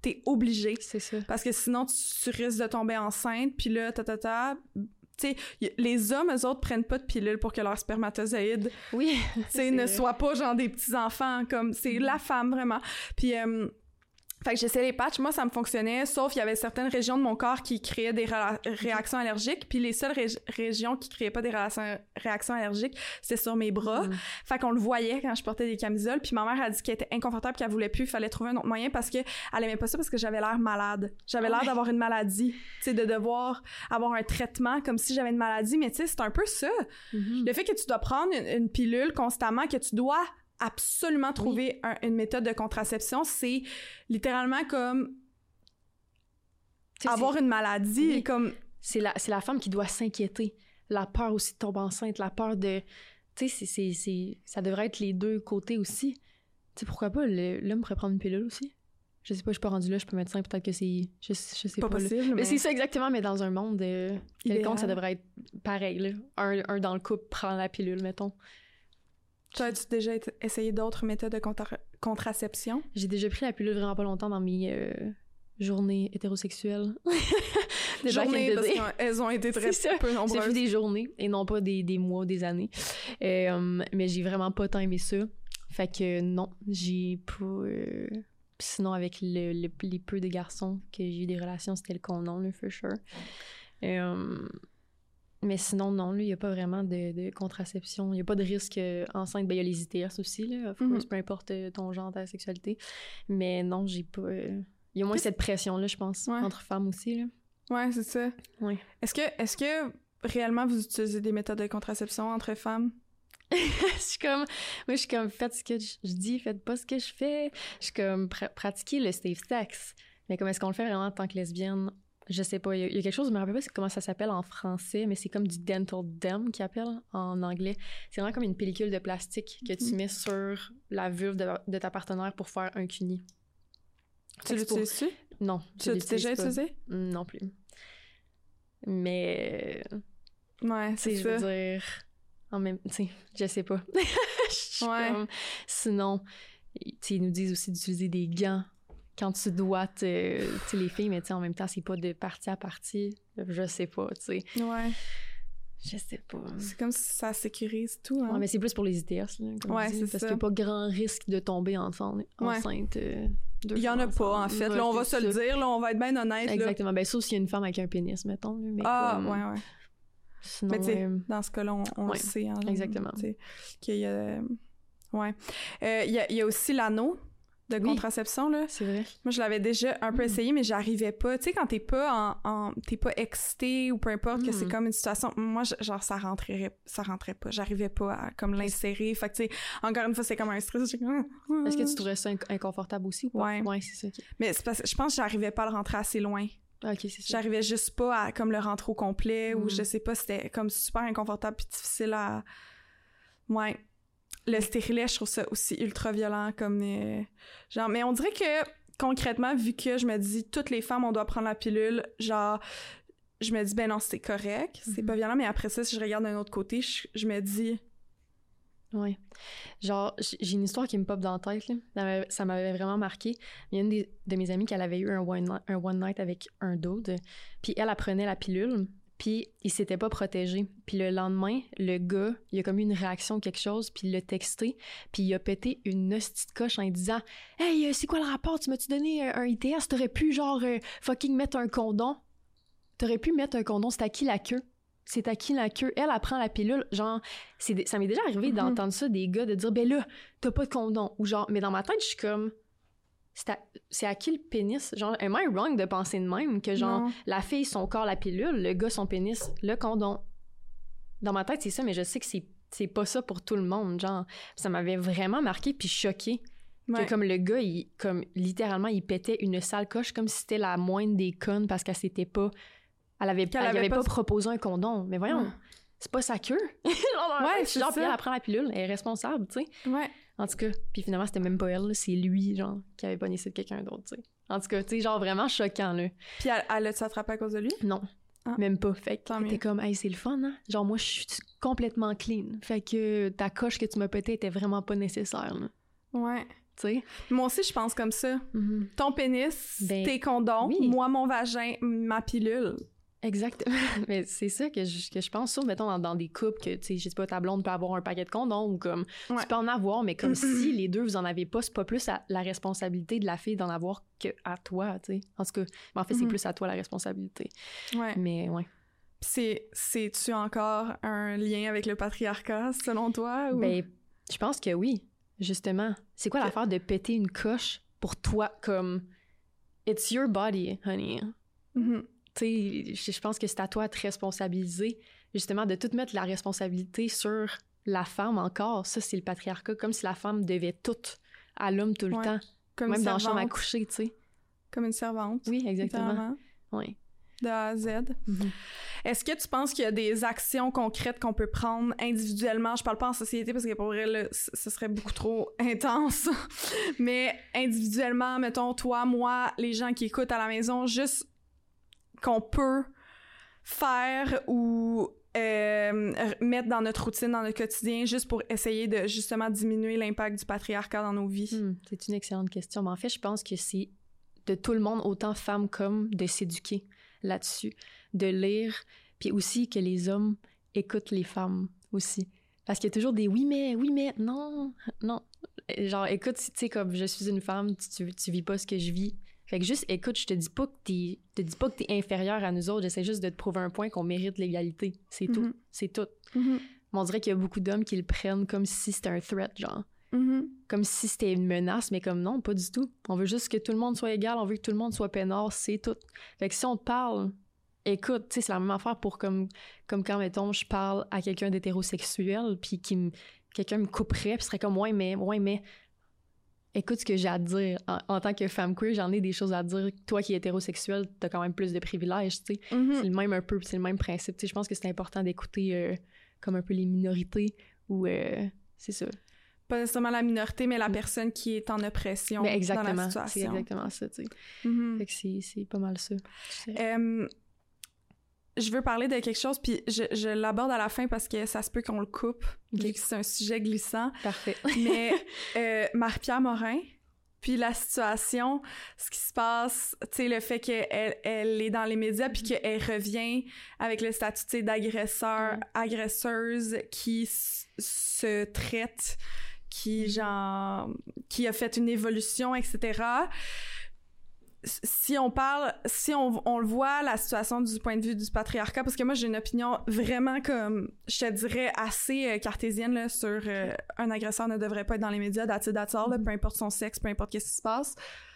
t'es obligé. C'est ça. Parce que sinon, tu risques de tomber enceinte, puis là, tu sais, les hommes, eux autres, prennent pas de pilule pour que leurs spermatozoïdes, Oui. ne soient pas genre des petits-enfants, comme c'est la femme, vraiment. Puis, fait que j'essayais les patchs, moi ça me fonctionnait, sauf il y avait certaines régions de mon corps qui créaient des réactions allergiques, puis les seules régions qui créaient pas des réactions allergiques, c'était sur mes bras. Fait qu'on le voyait quand je portais des camisoles, puis ma mère a dit qu'elle était inconfortable, qu'elle voulait plus, il fallait trouver un autre moyen parce que elle aimait pas ça parce que j'avais l'air malade. J'avais l'air d'avoir une maladie, tu sais, de devoir avoir un traitement comme si j'avais une maladie, mais tu sais, c'est un peu ça. Le fait que tu dois prendre une pilule constamment, que tu dois absolument trouver une méthode de contraception, c'est littéralement comme avoir une maladie. Comme... C'est la femme qui doit s'inquiéter. La peur aussi de tomber enceinte, la peur de... Tu sais, ça devrait être les deux côtés aussi. Tu sais, pourquoi pas, l'homme pourrait prendre une pilule aussi? Je sais pas, je suis pas rendue là, je suis pas médecin, peut-être que c'est... Je sais pas. Possible, mais c'est ça exactement, mais dans un monde quelconque, ça devrait être pareil, là. Un dans le couple prend la pilule, mettons. As-tu déjà essayé d'autres méthodes de contraception? J'ai déjà pris la pilule vraiment pas longtemps dans mes journées hétérosexuelles. Journées, parce qu'elles ont été très peu nombreuses. J'ai fait des journées et non pas des mois, des années. Mais j'ai vraiment pas tant aimé ça. Fait que non, j'ai pas... Puis sinon, avec les peu de garçons que j'ai eu des relations, c'était le condom, là, for sure. Mais sinon, non, il n'y a pas vraiment de contraception. Il n'y a pas de risque enceinte. Ben, il y a les ITS aussi, là, of course, peu importe ton genre, ta sexualité. Mais non, j'ai pas... Il y a moins cette pression-là, je pense, entre femmes aussi, là. Ouais, c'est ça. Ouais. Est-ce que réellement vous utilisez des méthodes de contraception entre femmes? Moi, je suis comme, faites ce que je dis, faites pas ce que je fais. Je suis comme, pratiquer le safe sex. Mais comme est-ce qu'on le fait vraiment en tant que lesbienne? Je sais pas, il y a quelque chose, je me rappelle pas comment ça s'appelle en français, mais c'est comme du dental dam qu'ils appellent en anglais. C'est vraiment comme une pellicule de plastique que tu mets sur la vulve de ta partenaire pour faire un cuni. Tu l'utilises-tu? Non. Tu l'as déjà utilisé? Non plus. Mais... Ouais, c'est ça. Je veux dire... En même... Tu sais, je sais pas. Ouais. Sinon, tu sais, ils nous disent aussi d'utiliser des gants quand tu dois tu sais, les filles, mais tu sais, en même temps, c'est pas de partie à partie. Je sais pas, tu sais. Ouais. Je sais pas. C'est comme si ça sécurise tout, hein. Ouais, mais c'est plus pour les ITS, là, comme ouais, c'est ça. Parce qu'il n'y a pas grand risque de tomber enceinte. Il y en a pas, en fait. Là, on va se le dire, là, on va être bien honnête. Exactement. Ben, sauf s'il y a une femme avec un pénis, mettons. Là, mais ouais. Sinon, mais tu sais, dans ce cas-là, on le sait. Hein, exactement. Qu'il y a... Ouais. Il y a aussi l'anneau de contraception, là. C'est vrai. Moi, je l'avais déjà un peu essayé, mais j'arrivais pas. Tu sais, quand t'es pas t'es pas excité ou peu importe, que c'est comme une situation... Moi, genre, ça rentrait pas. J'arrivais pas à, comme, l'insérer. Fait que, tu sais, encore une fois, c'est comme un stress. Est-ce que tu trouverais ça inconfortable aussi ou pas? Ouais, c'est ça. Okay. Mais c'est parce que je pense que j'arrivais pas à le rentrer assez loin. OK, c'est ça. J'arrivais juste pas à, comme, le rentrer au complet ou je sais pas, c'était comme super inconfortable puis difficile à... Ouais. Le stérilet, je trouve ça aussi ultra violent comme genre, mais on dirait que concrètement, vu que je me dis toutes les femmes on doit prendre la pilule, genre je me dis ben non, c'est correct, c'est pas violent, mais après ça si je regarde d'un autre côté, je me dis ouais. Genre j'ai une histoire qui me pop dans la tête là. Ça m'avait vraiment marqué. Il y a une de mes amies qui avait eu un one night avec un dude, puis elle prenait la pilule. Puis il s'était pas protégé. Puis le lendemain, le gars, il a comme eu une réaction ou quelque chose, puis il l'a texté, puis il a pété une hostie de coche en disant « Hey, c'est quoi le rapport? Tu m'as-tu donné un ITS? T'aurais pu, genre, fucking mettre un condom? T'aurais pu mettre un condom? C'est à qui la queue? C'est à qui la queue? Elle prend la pilule. » Genre, ça m'est déjà arrivé d'entendre ça, des gars, de dire « Ben là, t'as pas de condom. » Ou genre, mais dans ma tête, je suis comme... C'est à qui le pénis? Genre, am I wrong de penser de même que, genre, non. La fille, son corps, la pilule, le gars, son pénis, le condom. Dans ma tête, c'est ça, mais je sais que c'est pas ça pour tout le monde, genre. Ça m'avait vraiment marqué puis choqué. Ouais. Que comme le gars, littéralement, il pétait une sale coche comme si c'était la moindre des connes parce qu'elle s'était pas... Elle avait pas proposé un condom. Mais voyons, c'est pas sa queue. C'est genre, puis elle prend la pilule, elle est responsable, tu sais. Ouais. En tout cas, puis finalement, c'était même pas elle, là, c'est lui, genre, qui avait pogné ça de quelqu'un d'autre, tu sais. En tout cas, tu sais, genre, vraiment choquant, là. Puis elle a-tu attrapé à cause de lui? Non, même pas. Fait que t'es comme, hey, c'est le fun, hein? Genre, moi, je suis complètement clean. Fait que ta coche que tu m'as pété était vraiment pas nécessaire, là. Ouais. tu sais. Moi aussi, je pense comme ça. Ton pénis, tes condoms, moi, mon vagin, ma pilule. Exactement. Mais c'est ça que je pense, sauf, mettons, dans des couples que, tu sais, je sais pas, ta blonde peut avoir un paquet de condoms ou comme, tu peux en avoir, mais comme si les deux, vous en avez pas, c'est pas plus la responsabilité de la fille d'en avoir que à toi, tu sais. En tout cas, en fait, c'est plus à toi la responsabilité. Ouais. Mais, ouais. C'est-tu encore un lien avec le patriarcat, selon toi? Ou... Ben, je pense que oui, justement. C'est quoi l'affaire de péter une coche pour toi, comme, it's your body, honey. Tu sais, je pense que c'est à toi de te responsabiliser, justement, de tout mettre la responsabilité sur la femme encore. Ça, c'est le patriarcat, comme si la femme devait tout à l'homme tout le temps. Comme même une dans la chambre à servante. coucher, tu sais. Comme une servante. Oui, exactement. Oui. De A à Z. Est-ce que tu penses qu'il y a des actions concrètes qu'on peut prendre individuellement? Je parle pas en société parce que pour vrai, là, ce serait beaucoup trop intense. Mais individuellement, mettons, toi, moi, les gens qui écoutent à la maison, juste qu'on peut faire ou mettre dans notre routine, dans notre quotidien, juste pour essayer de justement diminuer l'impact du patriarcat dans nos vies? C'est une excellente question. Mais en fait, je pense que c'est de tout le monde, autant femmes qu'hommes, de s'éduquer là-dessus, de lire, puis aussi que les hommes écoutent les femmes aussi. Parce qu'il y a toujours des oui mais, non. Genre, écoute, tu sais, comme je suis une femme, tu vis pas ce que je vis. Fait que juste, écoute, je te dis pas que t'es inférieur à nous autres, j'essaie juste de te prouver un point qu'on mérite l'égalité. C'est tout. C'est tout. Mais on dirait qu'il y a beaucoup d'hommes qui le prennent comme si c'était un threat, genre. Comme si c'était une menace, mais comme non, pas du tout. On veut juste que tout le monde soit égal, on veut que tout le monde soit peinard, c'est tout. Fait que si on te parle, écoute, tu sais, c'est la même affaire pour comme quand, mettons, je parle à quelqu'un d'hétérosexuel, puis quelqu'un me couperait, puis serait comme, ouais, mais... Écoute ce que j'ai à te dire. En tant que femme queer, j'en ai des choses à te dire. Toi qui es hétérosexuelle, t'as quand même plus de privilèges, tu sais. C'est le même un peu, c'est le même principe. Tu sais, je pense que c'est important d'écouter comme un peu les minorités ou c'est ça. Pas nécessairement la minorité, mais la personne qui est en oppression dans la situation. C'est exactement ça, tu sais. Fait que c'est pas mal ça. Je veux parler de quelque chose, puis je l'aborde à la fin parce que ça se peut qu'on le coupe, vu que c'est un sujet glissant. Parfait. Mais Marie-Pierre Morin, puis la situation, ce qui se passe, tu sais, le fait qu'elle est dans les médias, puis qu'elle revient avec le statut, tu sais, d'agresseur, agresseuse, qui se traite, qui a fait une évolution, etc., si on le voit, la situation du point de vue du patriarcat, parce que moi, j'ai une opinion vraiment comme, je te dirais, assez cartésienne là, sur un agresseur ne devrait pas être dans les médias, that's all, là, peu importe son sexe, peu importe qu'est-ce qui se passe.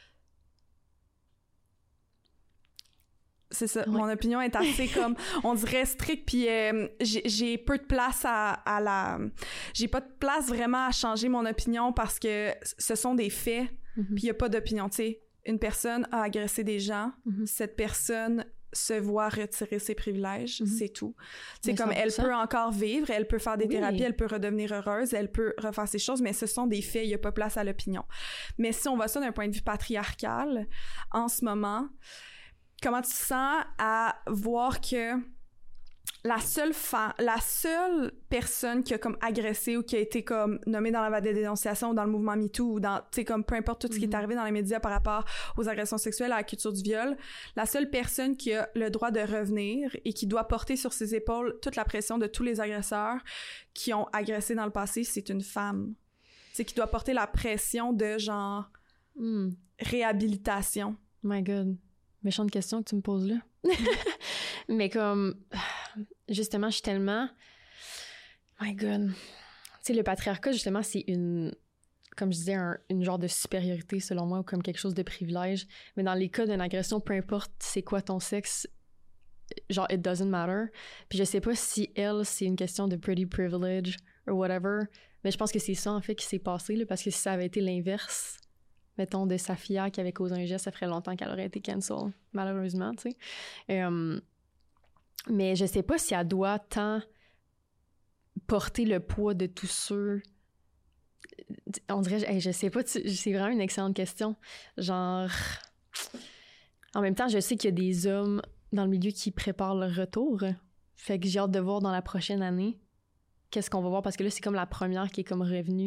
C'est ça, mon opinion est assez comme, on dirait stricte, puis j'ai peu de place j'ai pas de place vraiment à changer mon opinion parce que ce sont des faits, puis il y a pas d'opinion, tu sais. Une personne a agressé des gens, cette personne se voit retirer ses privilèges, c'est tout. C'est comme, elle peut encore vivre, elle peut faire des thérapies, elle peut redevenir heureuse, elle peut refaire ses choses, mais ce sont des faits, il n'y a pas place à l'opinion. Mais si on voit ça d'un point de vue patriarcal, en ce moment, comment tu te sens à voir que la seule personne qui a comme agressé ou qui a été comme nommée dans la vague de dénonciation ou dans le mouvement MeToo ou dans, tu sais, comme peu importe tout ce qui est arrivé dans les médias par rapport aux agressions sexuelles, à la culture du viol, la seule personne qui a le droit de revenir et qui doit porter sur ses épaules toute la pression de tous les agresseurs qui ont agressé dans le passé, c'est une femme. Tu sais, qui doit porter la pression de genre réhabilitation. My God. Méchante question que tu me poses là. Mais comme, justement, je suis tellement... My God. Tu sais, le patriarcat, justement, c'est comme je disais, une genre de supériorité, selon moi, ou comme quelque chose de privilège. Mais dans les cas d'une agression, peu importe c'est quoi ton sexe, genre, it doesn't matter. Puis je sais pas si c'est une question de pretty privilege or whatever, mais je pense que c'est ça, en fait, qui s'est passé, là, parce que si ça avait été l'inverse, mettons, de Safia qui avait causé un geste, ça ferait longtemps qu'elle aurait été cancel, malheureusement, tu sais. Mais je sais pas si elle doit tant porter le poids de tous ceux... On dirait, je sais pas, c'est vraiment une excellente question. Genre... En même temps, je sais qu'il y a des hommes dans le milieu qui préparent leur retour. Fait que j'ai hâte de voir dans la prochaine année qu'est-ce qu'on va voir, parce que là, c'est comme la première qui est comme revenue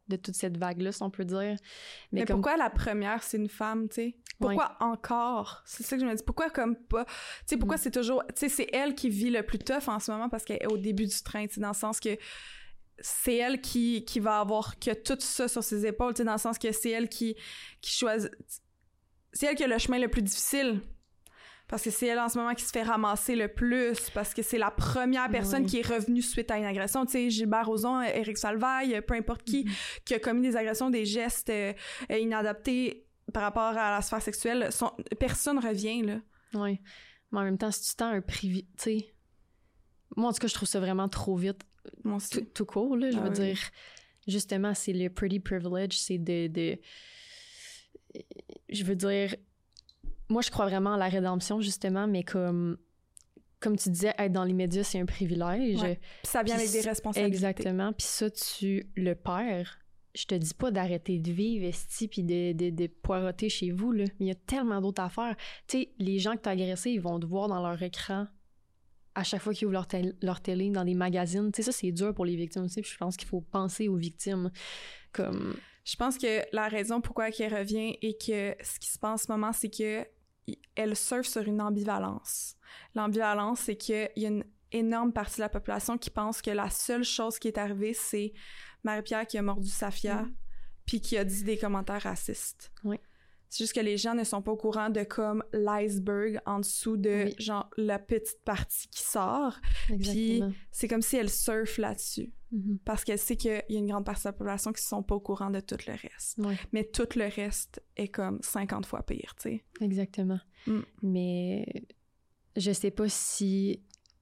toute cette vague-là, si on peut dire. Mais pourquoi la première, c'est une femme, tu sais? Pourquoi encore? C'est ça que je me dis. Pourquoi comme pas? Tu sais, pourquoi c'est toujours... Tu sais, c'est elle qui vit le plus tough en ce moment parce qu'elle est au début du train, tu sais, dans le sens que c'est elle qui va avoir que tout ça sur ses épaules, tu sais, dans le sens que c'est elle qui choisit... C'est elle qui a le chemin le plus difficile. Parce que c'est elle en ce moment qui se fait ramasser le plus, parce que c'est la première personne qui est revenue suite à une agression. Tu sais, Gilbert Rozon, Éric Salvaille, peu importe qui a commis des agressions, des gestes inadaptés par rapport à la sphère sexuelle, personne revient, là. Oui. Mais en même temps, si tu tends un privilège, tu sais... Moi, en tout cas, je trouve ça vraiment trop vite. Moi aussi. Tout court, là, je veux dire. Justement, c'est le pretty privilege, c'est de... Je veux dire... Moi, je crois vraiment à la rédemption, justement, mais comme tu disais, être dans les médias, c'est un privilège. Ouais. Puis ça vient avec des responsabilités. Exactement. Puis ça, tu le perds. Je te dis pas d'arrêter de vivre, esti, puis de poireauter chez vous, là. Mais il y a tellement d'autres affaires. Tu sais, les gens que t'as agressés, ils vont te voir dans leur écran à chaque fois qu'ils ouvrent leur télé, dans des magazines. Tu sais, ça, c'est dur pour les victimes aussi. Puis je pense qu'il faut penser aux victimes comme... Je pense que la raison pourquoi elle revient et que ce qui se passe en ce moment, c'est que elle surfe sur une ambivalence. L'ambivalence, c'est qu'il y a une énorme partie de la population qui pense que la seule chose qui est arrivée, c'est Marie-Pierre qui a mordu Safia puis qui a dit des commentaires racistes. Oui. C'est juste que les gens ne sont pas au courant de comme l'iceberg en dessous de genre la petite partie qui sort. Puis c'est comme si elle surfe là-dessus. Parce qu'elle sait qu'il y a une grande partie de la population qui ne sont pas au courant de tout le reste. Mais tout le reste est comme 50 fois pire, tu sais. Exactement. Mais je sais pas si...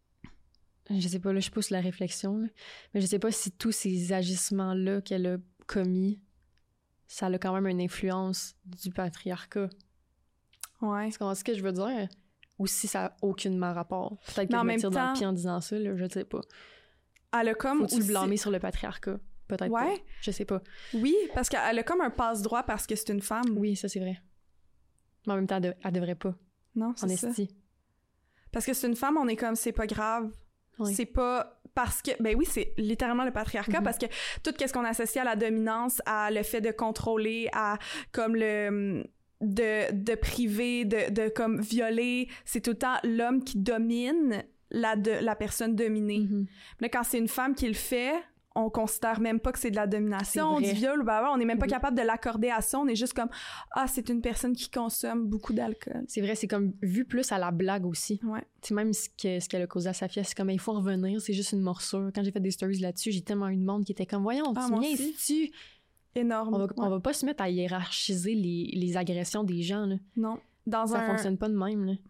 Je sais pas, là, je pousse la réflexion, là, mais je sais pas si tous ces agissements-là qu'elle a commis, ça a quand même une influence du patriarcat. Ouais. Tu comprends ce que je veux dire? Ou si ça n'a aucunement rapport. Peut-être que je me tire dans le pied en disant ça, là, je sais pas. Elle a comme Faut-tu le blâmer sur le patriarcat? Peut-être pas. Je sais pas. Oui, parce qu'elle a comme un passe-droit parce que c'est une femme. Oui, ça c'est vrai. Mais en même temps, elle devrait pas. Non, c'est ça. Parce que c'est une femme, on est comme, c'est pas grave. Oui. C'est pas... Parce que... Ben oui, c'est littéralement le patriarcat, parce que tout ce qu'on associe à la dominance, à le fait de contrôler, à comme le... de priver, de comme violer, c'est tout le temps l'homme qui domine la personne dominée. Là, quand c'est une femme qui le fait, on considère même pas que c'est de la domination, du viol, on est même pas capable de l'accorder à ça, on est juste comme c'est une personne qui consomme beaucoup d'alcool. C'est vrai, c'est comme vu plus à la blague aussi. C'est même ce qu'elle a causé à Safia, c'est comme il faut revenir, c'est juste une morsure. Quand j'ai fait des stories là-dessus, j'ai tellement eu de monde qui était comme voyons, tu viens ici. Énorme. On va pas se mettre à hiérarchiser les agressions des gens, là. Non. Ça fonctionne pas de même, là.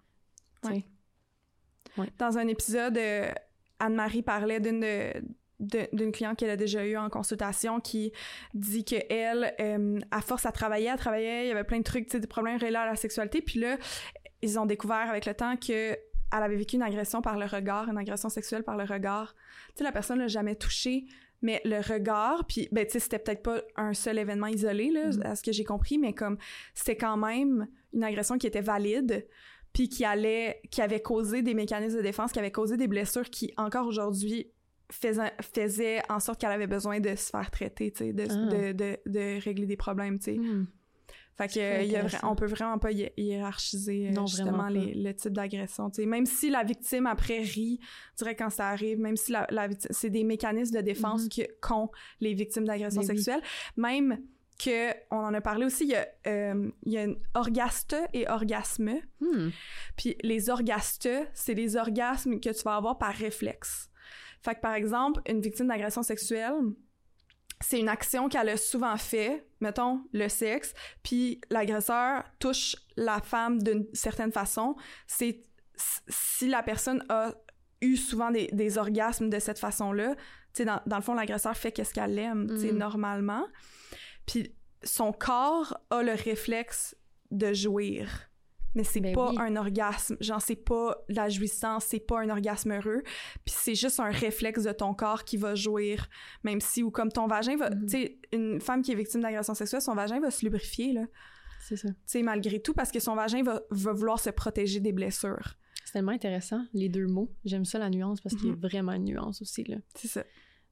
Dans un épisode, Anne-Marie parlait d'une cliente qu'elle a déjà eue en consultation qui dit qu'elle, à force à travailler, il y avait plein de trucs, des problèmes reliés à la sexualité, puis là, ils ont découvert avec le temps qu'elle avait vécu une agression par le regard, une agression sexuelle par le regard. Tu sais, la personne l'a jamais touchée, mais le regard, puis ben tu sais, c'était peut-être pas un seul événement isolé, là, à ce que j'ai compris, mais comme c'était quand même une agression qui était valide, puis qui avait causé des mécanismes de défense, qui avait causé des blessures qui, encore aujourd'hui, faisaient en sorte qu'elle avait besoin de se faire traiter, tu sais, de régler des problèmes, tu sais. Fait que on peut vraiment pas hiérarchiser justement le type d'agression, tu sais. Même si la victime après rit, je dirais quand ça arrive, même si la victime, c'est des mécanismes de défense qu'ont les victimes d'agression sexuelle, même que on en a parlé aussi, il y a une orgaste et orgasme. Puis les orgastes, c'est les orgasmes que tu vas avoir par réflexe. Fait que par exemple, une victime d'agression sexuelle, c'est une action qu'elle a souvent fait, mettons le sexe, puis l'agresseur touche la femme d'une certaine façon. C'est si la personne a eu souvent des orgasmes de cette façon-là, tu sais, dans le fond, l'agresseur fait qu'est-ce qu'elle aime, tu sais, normalement. Puis son corps a le réflexe de jouir. Mais c'est pas un orgasme. Genre, c'est pas la jouissance, c'est pas un orgasme heureux. Puis c'est juste un réflexe de ton corps qui va jouir. Même si, ou comme ton vagin va... Tu sais, une femme qui est victime d'agression sexuelle, son vagin va se lubrifier, là. C'est ça. Tu sais, malgré tout, parce que son vagin va vouloir se protéger des blessures. C'est tellement intéressant, les deux mots. J'aime ça, la nuance, parce qu'il y a vraiment une nuance aussi, là. C'est ça.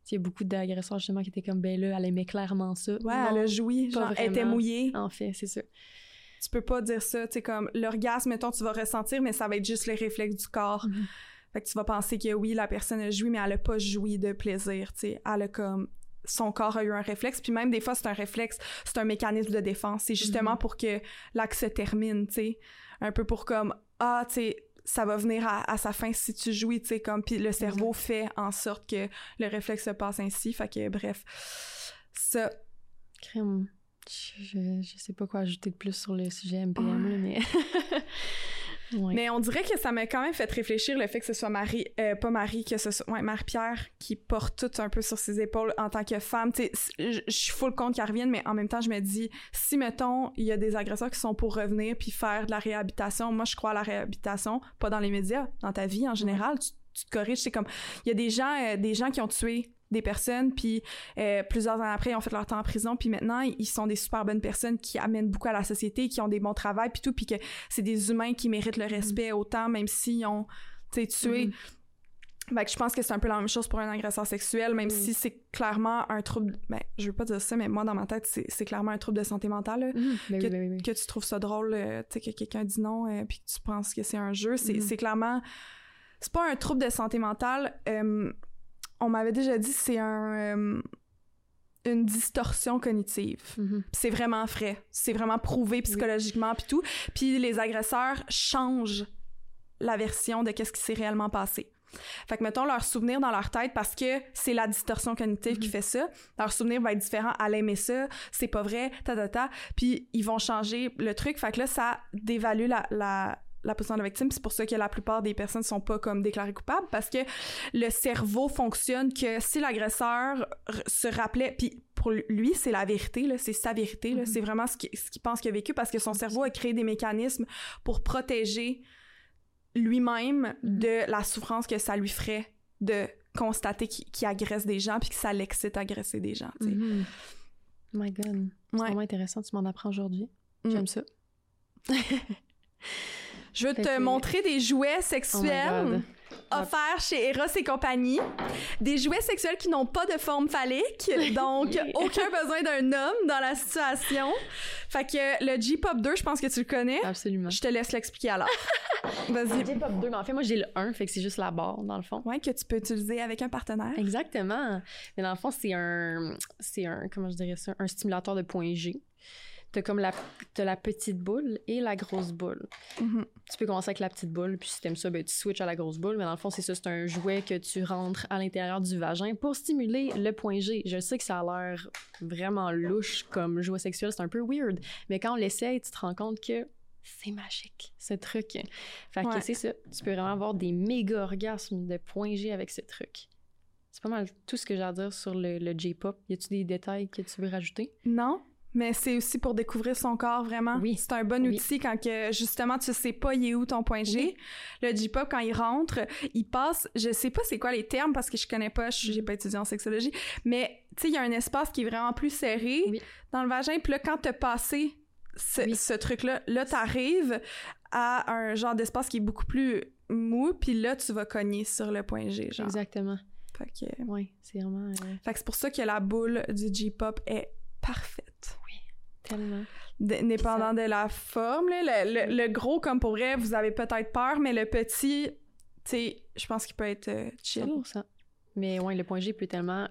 Il y a beaucoup d'agresseurs, justement, qui étaient comme, ben là, elle aimait clairement ça. Ouais, non, elle a joui, genre, elle était mouillée. En fait, c'est ça. Tu peux pas dire ça, tu sais, comme, l'orgasme, mettons, tu vas ressentir, mais ça va être juste le réflexe du corps. Fait que tu vas penser que oui, la personne a joui, mais elle a pas joui de plaisir, tu sais. Elle a comme... Son corps a eu un réflexe, puis même des fois, c'est un réflexe, c'est un mécanisme de défense. C'est justement pour que l'acte se termine, tu sais. Un peu pour comme, tu sais... ça va venir à sa fin si tu jouis, tu sais, comme, puis le cerveau fait en sorte que le réflexe se passe ainsi, fait que, bref, ça... Crème, je sais pas quoi ajouter de plus sur le sujet MPM, là, mais... Ouais. Mais on dirait que ça m'a quand même fait réfléchir le fait que ce soit Marie-Pierre qui porte tout un peu sur ses épaules en tant que femme. Tu sais, je suis full contre qu'elle revienne, mais en même temps, je me dis, si, mettons, il y a des agresseurs qui sont pour revenir puis faire de la réhabilitation, moi, je crois à la réhabilitation, pas dans les médias, dans ta vie en général, tu te corriges. C'est comme, il y a des gens qui ont tué des personnes, puis plusieurs années après, ils ont fait leur temps en prison, puis maintenant, ils sont des super bonnes personnes qui amènent beaucoup à la société, qui ont des bons travails, puis tout, puis que c'est des humains qui méritent le respect autant, même s'ils ont, tu sais, tué. Fait que je pense que c'est un peu la même chose pour un agresseur sexuel, même si c'est clairement un trouble... Ben, je veux pas dire ça, mais moi, dans ma tête, c'est clairement un trouble de santé mentale, là, que tu trouves ça drôle, tu sais, que quelqu'un dit non, puis que tu penses que c'est un jeu. C'est clairement... C'est pas un trouble de santé mentale... on m'avait déjà dit c'est une distorsion cognitive. C'est vraiment vrai. C'est vraiment prouvé psychologiquement puis tout. Puis les agresseurs changent la version de qu'est-ce qui s'est réellement passé. Fait que, mettons, leur souvenir dans leur tête, parce que c'est la distorsion cognitive qui fait ça, leur souvenir va être différent. Elle aimait ça, c'est pas vrai, puis ils vont changer le truc. Fait que là, ça dévalue la position de la victime, c'est pour ça que la plupart des personnes sont pas comme déclarées coupables, parce que le cerveau fonctionne que si l'agresseur se rappelait, puis pour lui, c'est la vérité, là, c'est sa vérité, là, c'est vraiment ce qu'il pense qu'il a vécu, parce que son cerveau a créé des mécanismes pour protéger lui-même de la souffrance que ça lui ferait de constater qu'il agresse des gens, puis que ça l'excite à agresser des gens, tu sais. My God. C'est vraiment intéressant, tu m'en apprends aujourd'hui. J'aime ça. Je veux te montrer des jouets sexuels offerts chez Eros et compagnie. Des jouets sexuels qui n'ont pas de forme phallique, donc aucun besoin d'un homme dans la situation. Fait que le J-Pop 2, je pense que tu le connais. Absolument. Je te laisse l'expliquer alors. Vas-y. Le J-Pop 2, mais en fait, moi, j'ai le 1, fait que c'est juste la barre, dans le fond. Ouais, que tu peux utiliser avec un partenaire. Exactement. Mais dans le fond, c'est un comment je dirais ça, un stimulateur de point G. T'as la petite boule et la grosse boule. Tu peux commencer avec la petite boule, puis si t'aimes ça, ben tu switches à la grosse boule. Mais dans le fond, c'est ça, c'est un jouet que tu rentres à l'intérieur du vagin pour stimuler le point G. Je sais que ça a l'air vraiment louche comme jouet sexuel, c'est un peu weird. Mais quand on l'essaye, tu te rends compte que c'est magique, ce truc. Fait que c'est ça, tu peux vraiment avoir des méga orgasmes de point G avec ce truc. C'est pas mal tout ce que j'ai à dire sur le J-pop. Y a-tu des détails que tu veux rajouter? Non. Mais c'est aussi pour découvrir son corps, vraiment. Oui. C'est un bon outil quand que, justement, tu sais pas il est où ton point G. Oui. Le J-pop, quand il rentre, il passe... Je sais pas c'est quoi les termes parce que je connais pas, j'ai pas étudié en sexologie, mais tu sais, il y a un espace qui est vraiment plus serré dans le vagin. Puis là, quand t'as passé ce truc-là, là, t'arrives à un genre d'espace qui est beaucoup plus mou, puis là, tu vas cogner sur le point G, genre. Exactement. Fait que... Oui, c'est vraiment... Fait que c'est pour ça que la boule du J-pop est parfaite. Oui, tellement. Dépendant de la forme, là, le gros, comme pour vrai, vous avez peut-être peur, mais le petit, tu sais, je pense qu'il peut être chill. 100%. Mais ouais, le point G peut tellement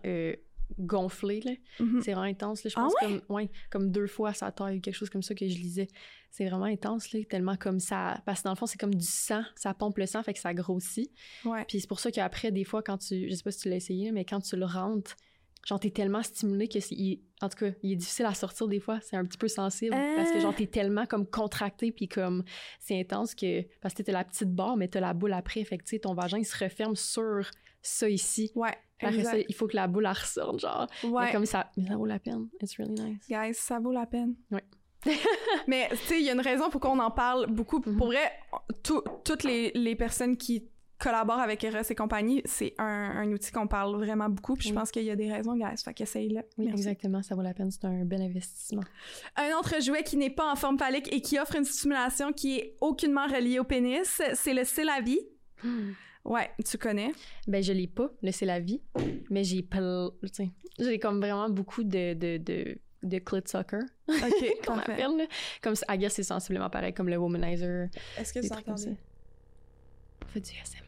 gonfler, là. C'est vraiment intense, là. Je pense comme 2 fois sa taille, quelque chose comme ça que je lisais. C'est vraiment intense, là, tellement comme ça... Parce que dans le fond, c'est comme du sang, ça pompe le sang, fait que ça grossit. Ouais. Puis c'est pour ça qu'après, des fois, quand tu... Je sais pas si tu l'as essayé, mais quand tu le rentres, genre, t'es tellement stimulé que en tout cas, il est difficile à sortir des fois. C'est un petit peu sensible parce que genre, t'es tellement comme contracté puis comme c'est intense que... Parce que t'as la petite barre, mais t'as la boule après. Fait que, tu sais, ton vagin, il se referme sur ça ici. Ouais, après ça, il faut que la boule, elle ressorte, genre. Ouais. Mais comme ça... Mais ça vaut la peine. It's really nice. Guys, ça vaut la peine. Ouais. Mais, tu sais, il y a une raison pour qu'on en parle beaucoup. Pour vrai, toutes les personnes qui collabore avec Eros et compagnie, c'est un outil qu'on parle vraiment beaucoup, puis je pense qu'il y a des raisons, guys, fait qu'essaye-le. Oui, exactement, ça vaut la peine, c'est un bel investissement. Un autre jouet qui n'est pas en forme phallique et qui offre une stimulation qui est aucunement reliée au pénis, c'est le C'est la vie. Ouais, tu connais? Ben, je l'ai pas, là, c'est la vie. Mais j'ai j'ai comme vraiment beaucoup de clit sucker. OK, qu'on parfait. appelle, là. Comme, I guess c'est sensiblement pareil comme le womanizer. Est-ce que des tu trucs comme entendez? ça. On fait du ASMR.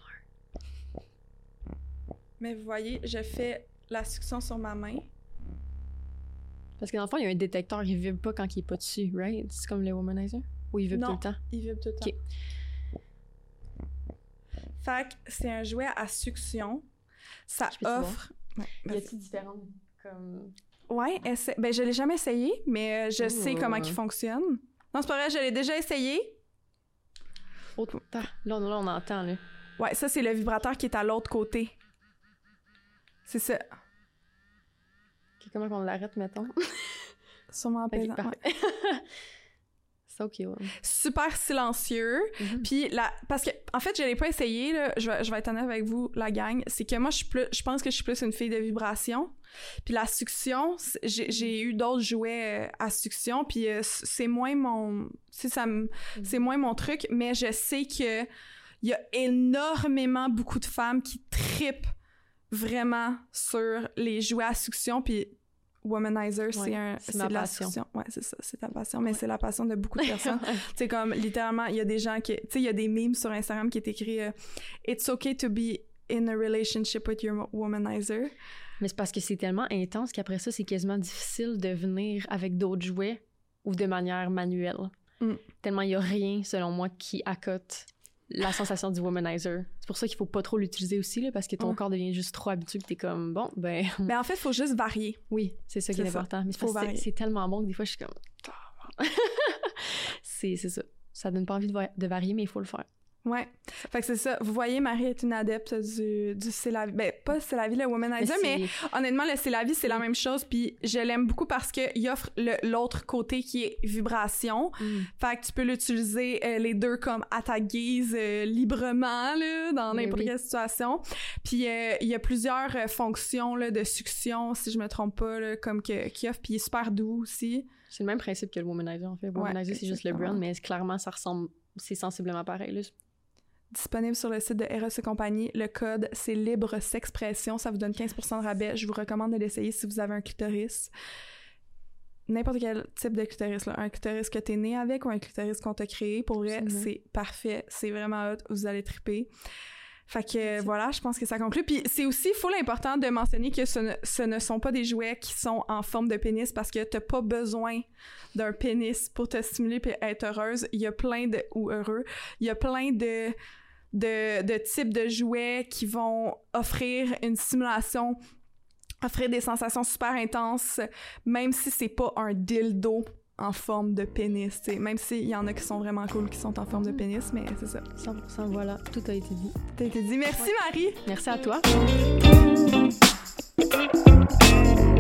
Mais vous voyez, je fais la succion sur ma main. Parce que dans le fond, il y a un détecteur, il vibre pas quand il est pas dessus, right? C'est comme le womanizer? Ou il vibre Non. tout le temps? Il vibre tout le temps. OK. Fait que c'est un jouet à succion. Ça Je peux-tu voir? offre... Ouais, Y vas-y. a-t-il différentes comme... Ouais, ben je l'ai jamais essayé, mais je sais comment il fonctionne. Non, c'est pas vrai, je l'ai déjà essayé. Autant. Là, on entend, là. Ouais, ça, c'est le vibrateur qui est à l'autre côté. C'est ça. OK, comment qu'on l'arrête, mettons? Sûrement en OK, pesant, parfait. ouais. C'est OK, ouais. Super silencieux. Puis parce que en fait, je l'ai pas essayé là, je vais être honnête avec vous la gang, c'est que moi je pense que je suis plus une fille de vibration. Puis la succion, j'ai eu d'autres jouets à succion, puis c'est moins mon c'est moins mon truc, mais je sais que il y a énormément beaucoup de femmes qui trippent vraiment sur les jouets à succion, puis womanizer, c'est ma de la passion. succion. Ouais, c'est ça, c'est ta passion, mais c'est la passion de beaucoup de personnes. Tu sais, comme, littéralement, il y a des gens qui... Tu sais, il y a des memes sur Instagram qui est écrit « It's okay to be in a relationship with your womanizer ». Mais c'est parce que c'est tellement intense qu'après ça, c'est quasiment difficile de venir avec d'autres jouets ou de manière manuelle. Tellement il y a rien, selon moi, qui accote la sensation du womanizer. C'est pour ça qu'il faut pas trop l'utiliser aussi, là, parce que ton corps devient juste trop habitué que t'es comme, bon, ben... Mais en fait, il faut juste varier. Oui, c'est ça qui est important. Mais c'est tellement bon que des fois, je suis comme... c'est ça. Ça donne pas envie de varier, mais il faut le faire. Ouais. Fait que c'est ça. Vous voyez, Marie est une adepte du C'est la vie. Ben, pas C'est la vie, le womanizer, mais honnêtement, le C'est la vie, c'est la même chose. Puis je l'aime beaucoup parce qu'il offre l'autre côté qui est vibration. Fait que tu peux l'utiliser les deux comme à ta guise, librement, là, dans n'importe quelle situation. Puis il y a plusieurs fonctions là, de succion, si je me trompe pas, là, comme qu'il offre. Puis il est super doux aussi. C'est le même principe que le womanizer, en fait. Le womanizer, c'est juste le brand, mais clairement, ça ressemble... C'est sensiblement pareil, là. Disponible sur le site de Eros et compagnie. Le code, c'est Libre Sexpression. Ça vous donne 15% de rabais. Je vous recommande de l'essayer si vous avez un clitoris. N'importe quel type de clitoris, là. Un clitoris que t'es né avec ou un clitoris qu'on t'a créé. Pour vrai, c'est parfait. C'est vraiment hot. Vous allez triper. Fait que voilà, je pense que ça conclut. Puis c'est aussi full important de mentionner que ce ne sont pas des jouets qui sont en forme de pénis parce que t'as pas besoin d'un pénis pour te stimuler et être heureuse. Il y a plein de... ou heureux. Il y a plein de types de jouets qui vont offrir une stimulation, offrir des sensations super intenses, même si c'est pas un dildo en forme de pénis, t'sais. Même s'il y en a qui sont vraiment cool qui sont en forme de pénis, mais c'est ça. 100%, voilà, tout a été dit. Tout a été dit. Merci Marie! Merci à toi!